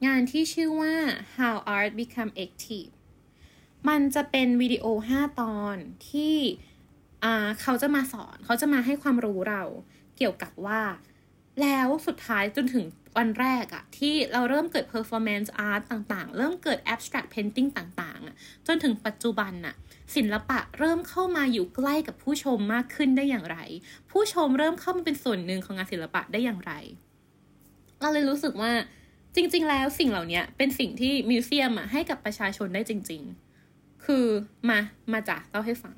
งานที่ชื่อว่า How Art Become Active มันจะเป็นวิดีโอห้าตอนที่อ่าเขาจะมาสอนเขาจะมาให้ความรู้เราเกี่ยวกับว่าแล้วสุดท้ายจนถึงวันแรกอะที่เราเริ่มเกิด performance art ต่างๆเริ่มเกิด abstract painting ต่างๆอะจนถึงปัจจุบันน่ะศิลปะเริ่มเข้ามาอยู่ใกล้กับผู้ชมมากขึ้นได้อย่างไรผู้ชมเริ่มเข้ามาเป็นส่วนหนึ่งของงานศิลปะได้อย่างไรเราเลยรู้สึกว่าจริงๆแล้วสิ่งเหล่านี้เป็นสิ่งที่มิวเซียมอะให้กับประชาชนได้จริงๆคือมามาจ้ะเล่าให้ฟัง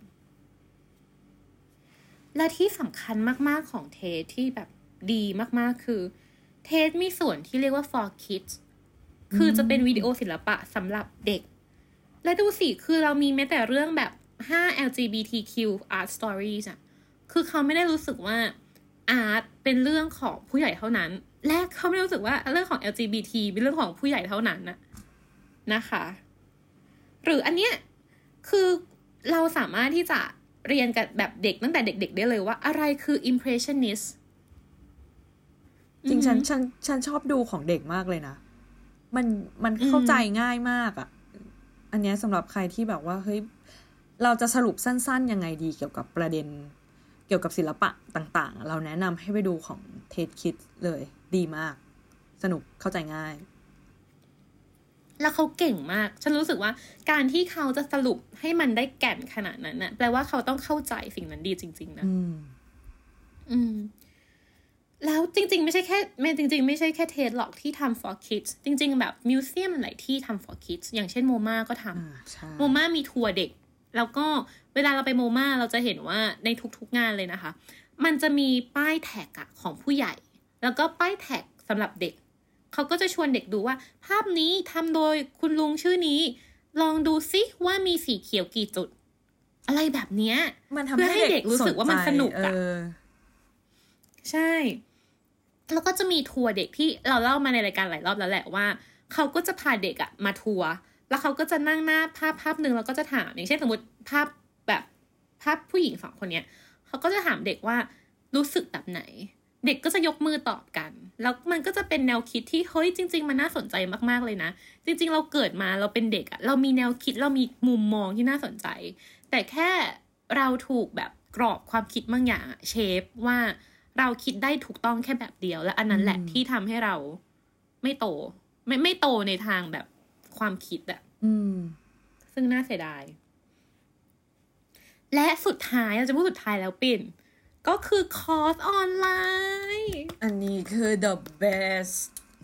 และที่สำคัญมากๆของเทสที่แบบดีมากๆคือเทสมีส่วนที่เรียกว่า for kids คือจะเป็นวิดีโอศิลปะสำหรับเด็กและดูสิคือเรามีแม้แต่เรื่องแบบห้า แอล จี บี ที คิว art stories อะคือเขาไม่ได้รู้สึกว่าอาร์ตเป็นเรื่องของผู้ใหญ่เท่านั้นและเขาไม่รู้สึกว่าเรื่องของ แอล จี บี ที เป็นเรื่องของผู้ใหญ่เท่านั้นนะนะคะหรืออันเนี้ยคือเราสามารถที่จะเรียนกับแบบเด็กตั้งแต่เด็กๆได้เลยว่าอะไรคือ impressionist จริงฉันฉันฉันชอบดูของเด็กมากเลยนะมันมันเข้าใจง่ายมากอ่ะอันนี้สำหรับใครที่แบบว่าเฮ้ยเราจะสรุปสั้นๆยังไงดีเกี่ยวกับประเด็นเกี่ยวกับศิลปะต่างๆเราแนะนำให้ไปดูของ Ted Kids เลยดีมากสนุกเข้าใจง่ายแล้วเขาเก่งมากฉันรู้สึกว่าการที่เขาจะสรุปให้มันได้แก่นขนาดนั้นน่ะแปลว่าเขาต้องเข้าใจสิ่งนั้นดีจริงๆนะอืมอืมแล้วจริงๆไม่ใช่แค่ไม่จริงๆไม่ใช่แค่เทสหรอกที่ทำ for kids จริงๆแบบมิวเซียมหลายที่ทำ for kids อย่างเช่นโมมาก็ทำโมมามีทัวร์เด็กแล้วก็เวลาเราไปโมมาเราจะเห็นว่าในทุกๆงานเลยนะคะมันจะมีป้ายแท็กอะของผู้ใหญ่แล้วก็ป้ายแท็กสำหรับเด็กเขาก็จะชวนเด็กดูว่าภาพนี้ทำโดยคุณลุงชื่อนี้ลองดูซิว่ามีสีเขียวกี่จุดอะไรแบบเนี้ยเพื่อให้เด็กรู้สึกว่ามันสนุกอะใช่แล้วก็จะมีทัวร์เด็กที่เราเล่ามาในรายการหลายรอบแล้วแหละว่าเขาก็จะพาเด็กอะมาทัวร์แล้วเขาก็จะนั่งหน้าภาพภาพนึงแล้วก็จะถามอย่างเช่นสมมติภาพแบบภาพผู้หญิงสองคนเนี้ยเขาก็จะถามเด็กว่ารู้สึกแบบไหนเด็กก็จะยกมือตอบกันแล้วมันก็จะเป็นแนวคิดที่เฮ้ยจริงๆมันน่าสนใจมากๆเลยนะจริงๆเราเกิดมาเราเป็นเด็กอะเรามีแนวคิดเรามีมุมมองที่น่าสนใจแต่แค่เราถูกแบบกรอบความคิดบางอย่างเชฟว่าเราคิดได้ถูกต้องแค่แบบเดียวและอันนั้นแหละที่ทำให้เราไม่โตไม่ไม่โตในทางแบบความคิดอะซึ่งน่าเสียดายและสุดท้ายเราจะพูดสุดท้ายแล้วปิ่นก็คือคอร์สออนไลน์อันนี้คือ the best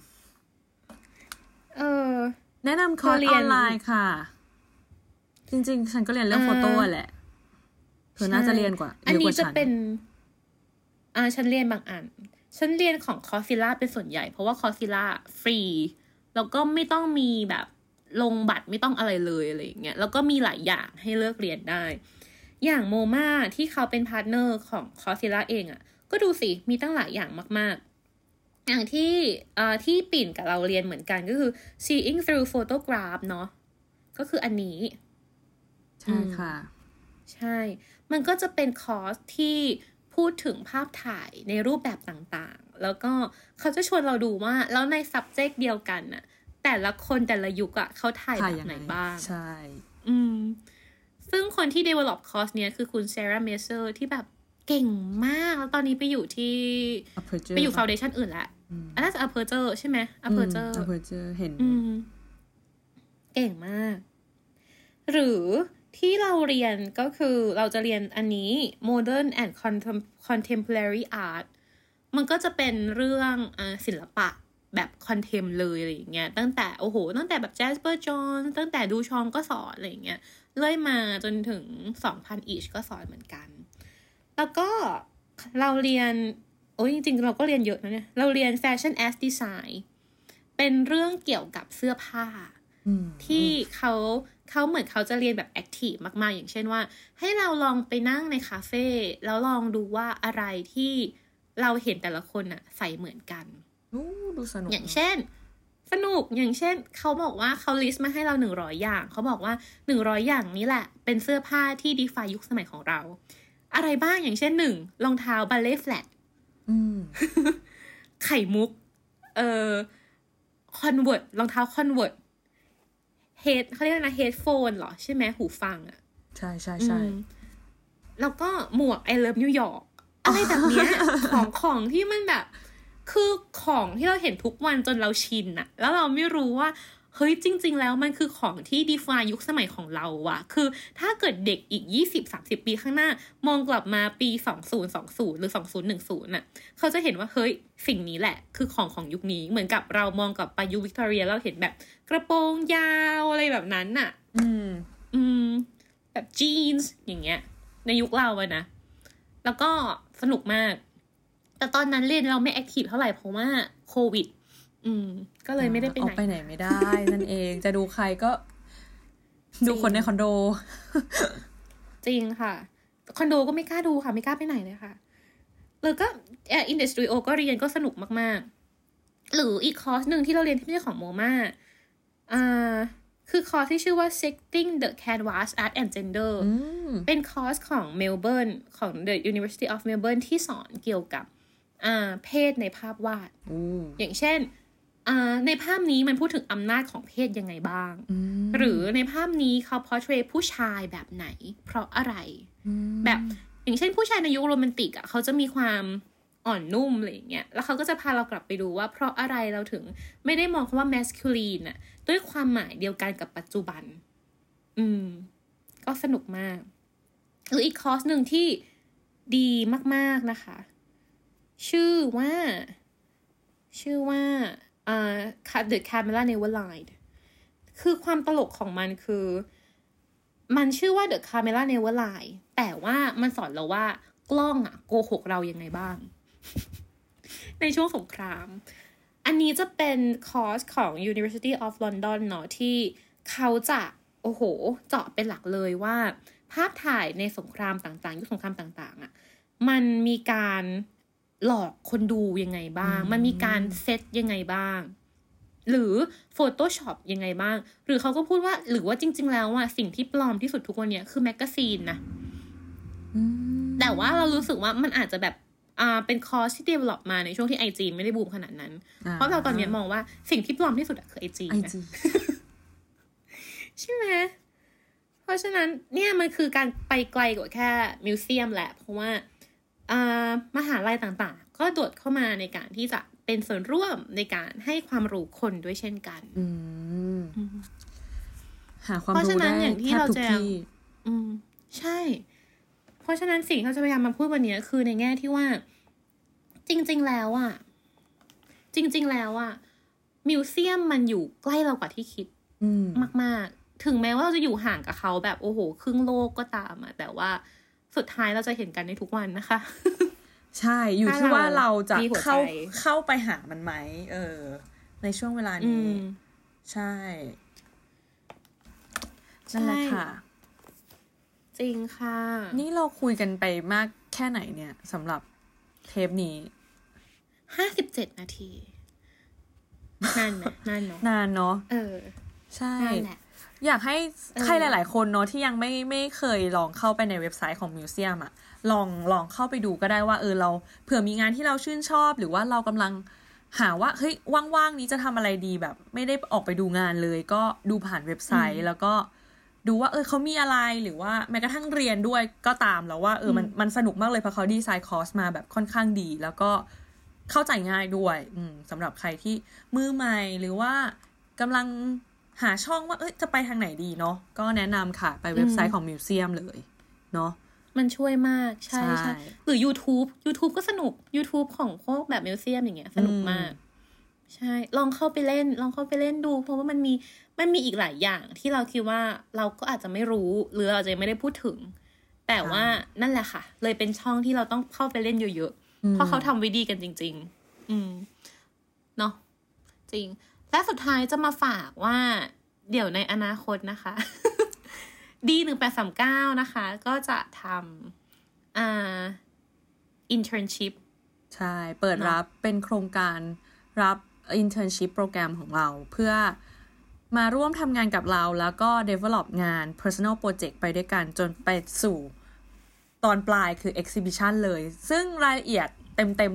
เออแนะนำคอร์สออนไลน์ค่ะจริงๆฉันก็เรียนเรื่องโฟโต้แหละเธอน่าจะเรียนกว่าอันนี้จะเป็นอ่าฉันเรียนบางอันฉันเรียนของคอร์ซิล่าเป็นส่วนใหญ่เพราะว่าคอร์ซิล่าฟรีแล้วก็ไม่ต้องมีแบบลงบัตรไม่ต้องอะไรเลยอะไรอย่างเงี้ยแล้วก็มีหลายอย่างให้เลือกเรียนได้อย่างโมมาที่เขาเป็นพาร์ทเนอร์ของคอร์ซิล่าเองอ่ะก็ดูสิมีตั้งหลายอย่างมากๆอย่างที่อ่าที่ปิ่นกับเราเรียนเหมือนกันก็คือ seeing through photograph เนาะก็คืออันนี้ใช่ค่ะใช่มันก็จะเป็นคอร์สที่พูดถึงภาพถ่ายในรูปแบบต่างๆแล้วก็เขาจะชวนเราดูว่าแล้วใน subject เดียวกันน่ะแต่ละคนแต่ละยุคอะเขาถ่ายแบบไหนบ้างใช่อืมซึ่งคนที่ develop course เนี้ยคือคุณเซราเมเซอร์ที่แบบเก่งมากแล้วตอนนี้ไปอยู่ที่ไปอยู่ foundation อื่นแล้วอันนั้นจะ Aperture ใช่ไหม Aperture Aperture เห็นเก่งมากหรือที่เราเรียนก็คือเราจะเรียนอันนี้ Modern and Contemporary Art มันก็จะเป็นเรื่องอ่าศิลปะแบบคอนเทมเลยอะไรอย่างเงี้ยตั้งแต่โอ้โหตั้งแต่แบบ Jasper Johns ตั้งแต่ดูชองก็สอนอะไรอย่างเงี้ยเลื่อยมาจนถึง สองพัน อีชก็สอนเหมือนกันแล้วก็เราเรียนโอ้ยจริงๆเราก็เรียนเยอะนะเนี่ยเราเรียน Fashion as Design เป็นเรื่องเกี่ยวกับเสื้อผ้าที่เขาเขาเหมือนเขาจะเรียนแบบแอคทีฟมากๆอย่างเช่นว่าให้เราลองไปนั่งในคาเฟ่แล้วลองดูว่าอะไรที่เราเห็นแต่ละคนน่ะใส่เหมือนกันดูสนุกอย่างเช่นสนุกอย่างเช่นเขาบอกว่าเขาลิสต์มาให้เราหนึ่งร้อยอย่างเขาบอกว่าหนึ่งร้อยอย่างนี้แหละเป็นเสื้อผ้าที่ define ยุคสมัยของเราอะไรบ้างอย่างเช่นหนึ่งรองเท้าบัลเล่แฟลตไข่มุกเอ่อ Convert รองเท้า Convert Head เขาเรียกนะ Headphone เหรอใช่ไหมหูฟังอ่ะใช่ใช่ใช่แล้วก็หมวก I Love New York อะไรแบบเนี้ย ของของที่มันแบบคือของที่เราเห็นทุกวันจนเราชินอะแล้วเราไม่รู้ว่าเฮ้ยจริงๆแล้วมันคือของที่ define ยุคสมัยของเราอะคือถ้าเกิดเด็กอีก ยี่สิบสามสิบ ปีข้างหน้ามองกลับมาปีสองพันยี่สิบหรือสองพันสิบน่ะเขาจะเห็นว่าเฮ้ยสิ่งนี้แหละคือของของยุคนี้เหมือนกับเรามองกลับไปยุควิกตอเรียเราเห็นแบบกระโปรงยาวอะไรแบบนั้นน่ะอืมอืมแบบจีนส์อย่างเงี้ยในยุคเราอะนะแล้วก็สนุกมากแต่ตอนนั้นเล่นเราไม่แอคทีฟเท่าไหร่เพราะว่าโควิดอืมก็เลยไม่ได้ไปไหนออกไปไหนไม่ได้นั่นเองจะดูใครก็ดูคนในคอนโดจริงค่ะคอนโดก็ไม่กล้าดูค่ะไม่กล้าไปไหนเลยค่ะแล้วก็แอร์อินดัสทรีโอก็เรียนก็สนุกมากๆหรืออีกคอร์สหนึ่งที่เราเรียนที่ไม่ใช่ของโมมาอ่าคือคอร์สที่ชื่อว่า Setting the Canvas Art and Gender เป็นคอร์สของเมลเบิร์นของ The University of Melbourne ที่สอนเกี่ยวกับอ่าเพศในภาพวาดอย่างเช่นอ่าในภาพนี้มันพูดถึงอำนาจของเพศยังไงบ้างหรือในภาพนี้เขา portray ผู้ชายแบบไหนเพราะอะไรแบบอย่างเช่นผู้ชายในยุคโรแมนติกอ่ะเขาจะมีความอ่อนนุ่มอะไรอย่างเงี้ยแล้วเขาก็จะพาเรากลับไปดูว่าเพราะอะไรเราถึงไม่ได้มองคำว่า masculine น่ะด้วยความหมายเดียวกันกับปัจจุบันอืมก็สนุกมากหรืออีกคอร์สหนึ่งที่ดีมากๆนะคะชื่อว่าชื่อว่าอ่า The Camera Never Lied คือความตลกของมันคือมันชื่อว่า The Camera Never Lied แต่ว่ามันสอนเราว่ากล้องอะโกหกเรายังไงบ้าง ในช่วงสงครามอันนี้จะเป็นคอร์สของ University of London เนาะที่เขาจะโอ้โหเจาะเป็นหลักเลยว่าภาพถ่ายในสงครามต่างๆยุคสงครามต่างๆอะมันมีการหลอกคนดูยังไงบ้างมันมีการเซตยังไงบ้างหรือ Photoshop ยังไงบ้างหรือเขาก็พูดว่าหรือว่าจริงๆแล้วอะสิ่งที่ปลอมที่สุดทุกวันนี้คือแมกกาซีนนะแต่ว่าเรารู้สึกว่ามันอาจจะแบบอ่าเป็นคอร์สที่ develop มาในช่วงที่ ไอ จี ไม่ได้บูมขนาดนั้นเพราะเราตอนนี้มองว่าสิ่งที่ปลอมที่สุดอะคือ ไอ จี นะ ใช่ไหมเพราะฉะนั้นเนี่ยมันคือการไปไกลกว่าแค่มิวเซียมแหละเพราะว่าอ่ามหาลัยต่างๆก็โดดเข้ามาในการที่จะเป็นส่วนร่วมในการให้ความรู้คนด้วยเช่นกันอืมหาความรู้ได้แทบทุกที่อืมใช่เพราะฉะนั้นสิ่งที่เราจะพยายามมาพูดวันนี้คือในแง่ที่ว่าจริงๆแล้วอ่ะจริงๆแล้วอ่ะมิวเซียมมันอยู่ใกล้เรากว่าที่คิดมากๆถึงแม้ว่าเราจะอยู่ห่างกับเขาแบบโอ้โหครึ่งโลกก็ตามอ่ะแต่ว่าสุดท้ายเราจะเห็นกันในทุกวันนะคะใช่อยู่ที่ว่าเราจะเข้าเข้าไปหามันไหมเออในช่วงเวลานี้ใช่นั่นแหละค่ะจริงค่ะนี่เราคุยกันไปมากแค่ไหนเนี่ยสำหรับเทปนี้ห้าสิบเจ็ดนาทีนานไหมนานเนาะนานเนาะเออใช่อยากให้ใครหลายๆคนเนาะที่ยังไม่ไม่เคยลองเข้าไปในเว็บไซต์ของมิวเซียมอะลองลองเข้าไปดูก็ได้ว่าเออเราเผื่อมีงานที่เราชื่นชอบหรือว่าเรากำลังหาว่าเฮ้ยว่างๆนี้จะทำอะไรดีแบบไม่ได้ออกไปดูงานเลยก็ดูผ่านเว็บไซต์แล้วก็ดูว่าเออเขามีอะไรหรือว่าแม้กระทั่งเรียนด้วยก็ตามแล้วว่าเออมันมันสนุกมากเลยเพราะเขาดีไซน์คอร์สมาแบบค่อนข้างดีแล้วก็เข้าใจง่ายด้วยอืมสำหรับใครที่มือใหม่หรือว่ากำลังหาช่องว่าเอ้ยจะไปทางไหนดีเนาะก็แนะนำค่ะไปเว็บไซต์ของมิวเซียมเลยเนาะมันช่วยมากใช่ใช่หรือ YouTube YouTube ก็สนุก YouTube ของพวกแบบมิวเซียมอย่างเงี้ยสนุกมากใช่ลองเข้าไปเล่นลองเข้าไปเล่นดูเพราะว่ามันมีมันมีอีกหลายอย่างที่เราคิดว่าเราก็อาจจะไม่รู้หรือเราจะไม่ได้พูดถึงแต่ว่านั่นแหละค่ะเลยเป็นช่องที่เราต้องเข้าไปเล่นเยอะๆเพราะเขาทำไว้ดีกันจริงๆอืมเนาะจริงและสุดท้ายจะมาฝากว่าเดี๋ยวในอนาคตนะคะ ดี หนึ่งแปดสามเก้า นะคะก็จะทำอ่า internship ใช่เปิดรับเป็นโครงการรับ internship โปรแกรมของเราเพื่อมาร่วมทำงานกับเราแล้วก็ develop งาน personal project ไปด้วยกันจนไปสู่ตอนปลายคือ exhibition เลยซึ่งรายละเอียดเต็มๆเนี่ย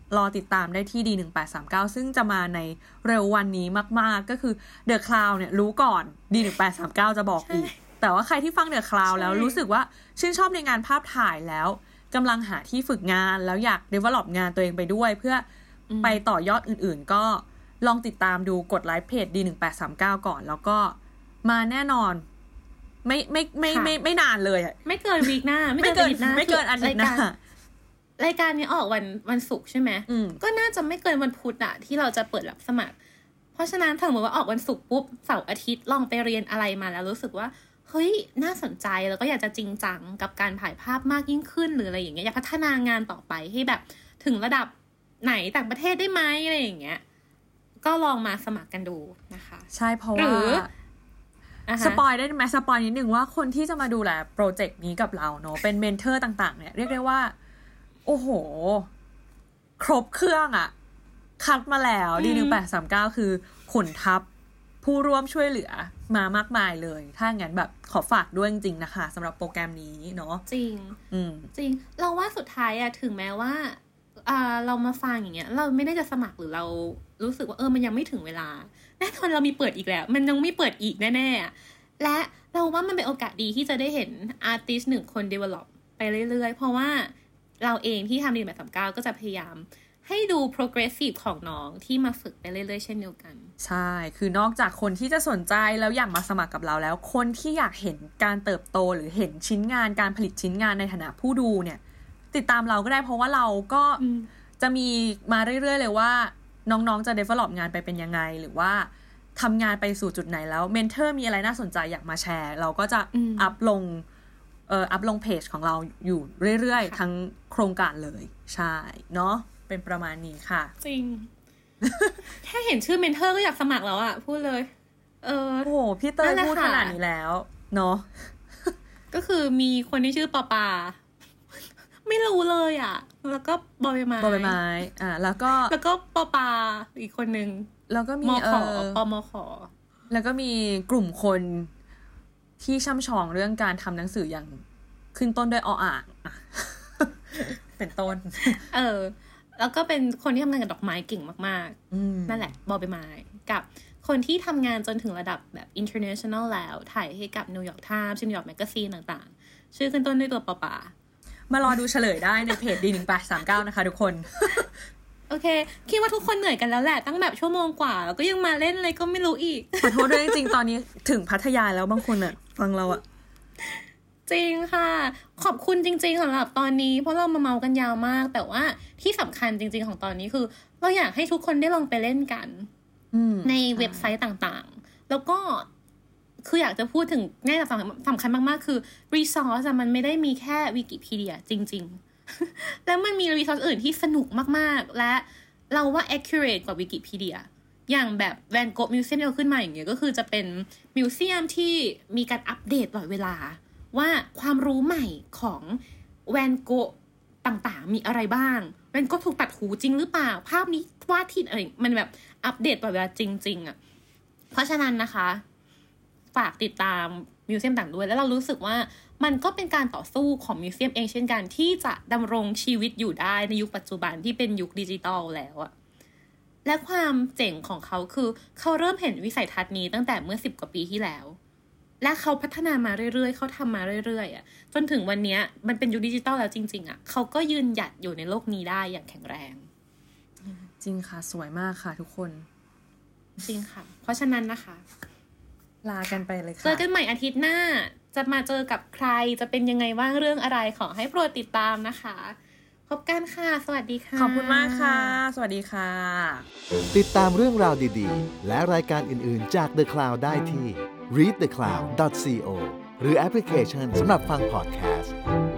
รอติดตามได้ที่ ดี หนึ่งแปดสามเก้า ซึ่งจะมาในเร็ววันนี้มากๆก็คือ The Cloud เนี่ยรู้ก่อน ดี หนึ่งแปดสามเก้า จะบอกอีกแต่ว่าใครที่ฟัง The Cloud แล้วรู้สึกว่าชื่นชอบในงานภาพถ่ายแล้วกำลังหาที่ฝึกงานแล้วอยาก develop งานตัวเองไปด้วยเพื่อไปต่อยอดอื่นๆก็ลองติดตามดูกดไลค์เพจ ดี หนึ่งแปดสามเก้า ก่อนแล้วก็มาแน่นอนไม่ไม่ไม่ไม่ไม่นานเลยอ่ะไม่เกินวีคหน้าไม่เกินไม่เกินอาทิตย์หน้ารายการนี้ออกวันวันศุกร์ใช่ไหมก็น่าจะไม่เกินวันพุธอะที่เราจะเปิดรับสมัครเพราะฉะนั้นถ้าสมมติว่าออกวันศุกร์ปุ๊บเสาร์อาทิตย์ลองไปเรียนอะไรมาแล้วรู้สึกว่าเฮ้ยน่าสนใจแล้วก็อยากจะจริงจังกับการถ่ายภาพมากยิ่งขึ้นหรืออะไรอย่างเงี้ยอยากพัฒนางานต่อไปให้แบบถึงระดับไหนต่างประเทศได้ไหมอะไรอย่างเงี้ยก็ลองมาสมัครกันดูนะคะใช่เพราะว่าสปอยได้ไหมสปอยนิดนึงว่าคนที่จะมาดูแลโปรเจกต์นี้กับเราเนาะเป็นเมนเทอร์ต่างๆเนี่ยเรียกได้ว่าโอ้โหครบเครื่องอะคัดมาแล้ว ดี หนึ่งแปดสามเก้า คือขุนทัพผู้ร่วมช่วยเหลือมามากมายเลยถ้างั้นแบบขอฝากด้วยจริงๆนะคะสำหรับโปรแกรมนี้เนาะจริงอืมจริงเราว่าสุดท้ายอะถึงแม้ว่าอ่าเรามาฟังอย่างเงี้ยเราไม่ได้จะสมัครหรือเรารู้สึกว่าเออมันยังไม่ถึงเวลาแน่นอนเรามีเปิดอีกแล้วมันยังไม่เปิดอีกแน่ๆและเราว่ามันเป็นโอกาสดีที่จะได้เห็นอาร์ติสต์หนึ่งคน develop ไปเรื่อยๆเพราะว่าเราเองที่ทำ ดี หนึ่งแปดสามเก้า ก็จะพยายามให้ดู progressive ของน้องที่มาฝึกไปเรื่อยๆเช่นเดียวกันใช่คือนอกจากคนที่จะสนใจแล้วอยากมาสมัครกับเราแล้วคนที่อยากเห็นการเติบโตหรือเห็นชิ้นงานการผลิตชิ้นงานในฐานะผู้ดูเนี่ยติดตามเราก็ได้เพราะว่าเราก็จะมีมาเรื่อยๆเลยว่าน้องๆจะ develop งานไปเป็นยังไงหรือว่าทำงานไปสู่จุดไหนแล้วเมนเทอร์มีอะไรน่าสนใจอยากมาแชร์เราก็จะอัพลงเอ่ออัพลงเพจของเราอยู่เรื่อยๆทั้งโครงการเลยใช่เนาะเป็นประมาณนี้ค่ะจริง แค่เห็นชื่อเมนเทอร์ก็อยากสมัครแล้วอะพูดเลยเออโอ้โหพี่เตยพูดขนาดนี้แล้วเนาะก็คือมีคนที่ชื่อปาปาไม่รู้เลยอะแล้วก็บอใบไม้บอใบไม้อ่าแล้วก็แล้วก็ปาปาอีกคนนึงแล้วก็มีมขปมขแล้วก็มีกลุ่มคนที่ช่ำชองเรื่องการทำหนังสืออย่างขึ้นต้นด้วยออ่างเป็นต้นเออแล้วก็เป็นคนที่ทำงานกับดอกไม้เก่งมากๆนั่นแหละบอใบไม้กับคนที่ทำงานจนถึงระดับแบบ international แล้วถ่ายให้กับ New York Times New York Magazine ต่างๆชื่อขึ้นต้นด้วยตัวปอปามารอดูเฉลยได้ในเพจ ดี หนึ่งแปดสามเก้า นะคะทุกคนโอเคคิดว่าทุกคนเหนื่อยกันแล้วแหละตั้งแบบชั่วโมงกว่าแล้วก็ยังมาเล่นอะไรก็ไม่รู้อีกขอโทษด้วยจริงๆตอนนี้ถึงพัทยาแล้วบางคนอ่ะฟังเราอ่ะจริงค่ะขอบคุณจริงๆสำหรับตอนนี้เพราะเรามาเมากันยาวมากแต่ว่าที่สำคัญจริงๆของตอนนี้คือเราอยากให้ทุกคนได้ลองไปเล่นกันในเว็บไซต์ต่างๆแล้วก็คืออยากจะพูดถึงแง่สำคัญมากๆคือ resource มันไม่ได้มีแค่วิกิพีเดียจริงๆแล้วมันมี resource อื่นที่สนุกมากๆและเราว่า accurate กว่าวิกิพีเดียอย่างแบบแวนโกะมิวเซียมที่เราขึ้นมาอย่างเงี้ยก็คือจะเป็นมิวเซียมที่มีการอัปเดตตลอดเวลาว่าความรู้ใหม่ของแวนโกะต่างๆมีอะไรบ้างแวนโกะถูกตัดหูจริงหรือเปล่าภาพนี้วาดที่อะไรมันแบบอัปเดตตลอดเวลาจริงๆอ่ะเพราะฉะนั้นนะคะฝากติดตามมิวเซียมต่างด้วยแล้วเรารู้สึกว่ามันก็เป็นการต่อสู้ของมิวเซียมเองเช่นกันที่จะดำรงชีวิตอยู่ได้ในยุคปัจจุบันที่เป็นยุคดิจิตอลแล้วอะและความเจ๋งของเขาคือเขาเริ่มเห็นวิสัยทัศน์นี้ตั้งแต่เมื่อสิบกว่าปีที่แล้วและเขาพัฒนามาเรื่อยๆเขาทำมาเรื่อยๆอะจนถึงวันนี้มันเป็นยุคดิจิตอลแล้วจริงๆอะเขาก็ยืนหยัดอยู่ในโลกนี้ได้อย่างแข็งแรงจริงค่ะสวยมากค่ะทุกคนจริงค่ะเพราะฉะนั้นนะคะลากันไปเลยค่ะเจอกันใหม่อาทิตย์หน้าจะมาเจอกับใครจะเป็นยังไงบ้างเรื่องอะไรขอให้โปรดติดตามนะคะพบกันค่ะสวัสดีค่ะขอบคุณมากค่ะสวัสดีค่ะติดตามเรื่องราวดีๆและรายการอื่นๆจาก The Cloud ได้ที่ รีด เดอะ คลาวด์ ดอท ซี โอ หรือแอปพลิเคชันสำหรับฟังพอดแคสต์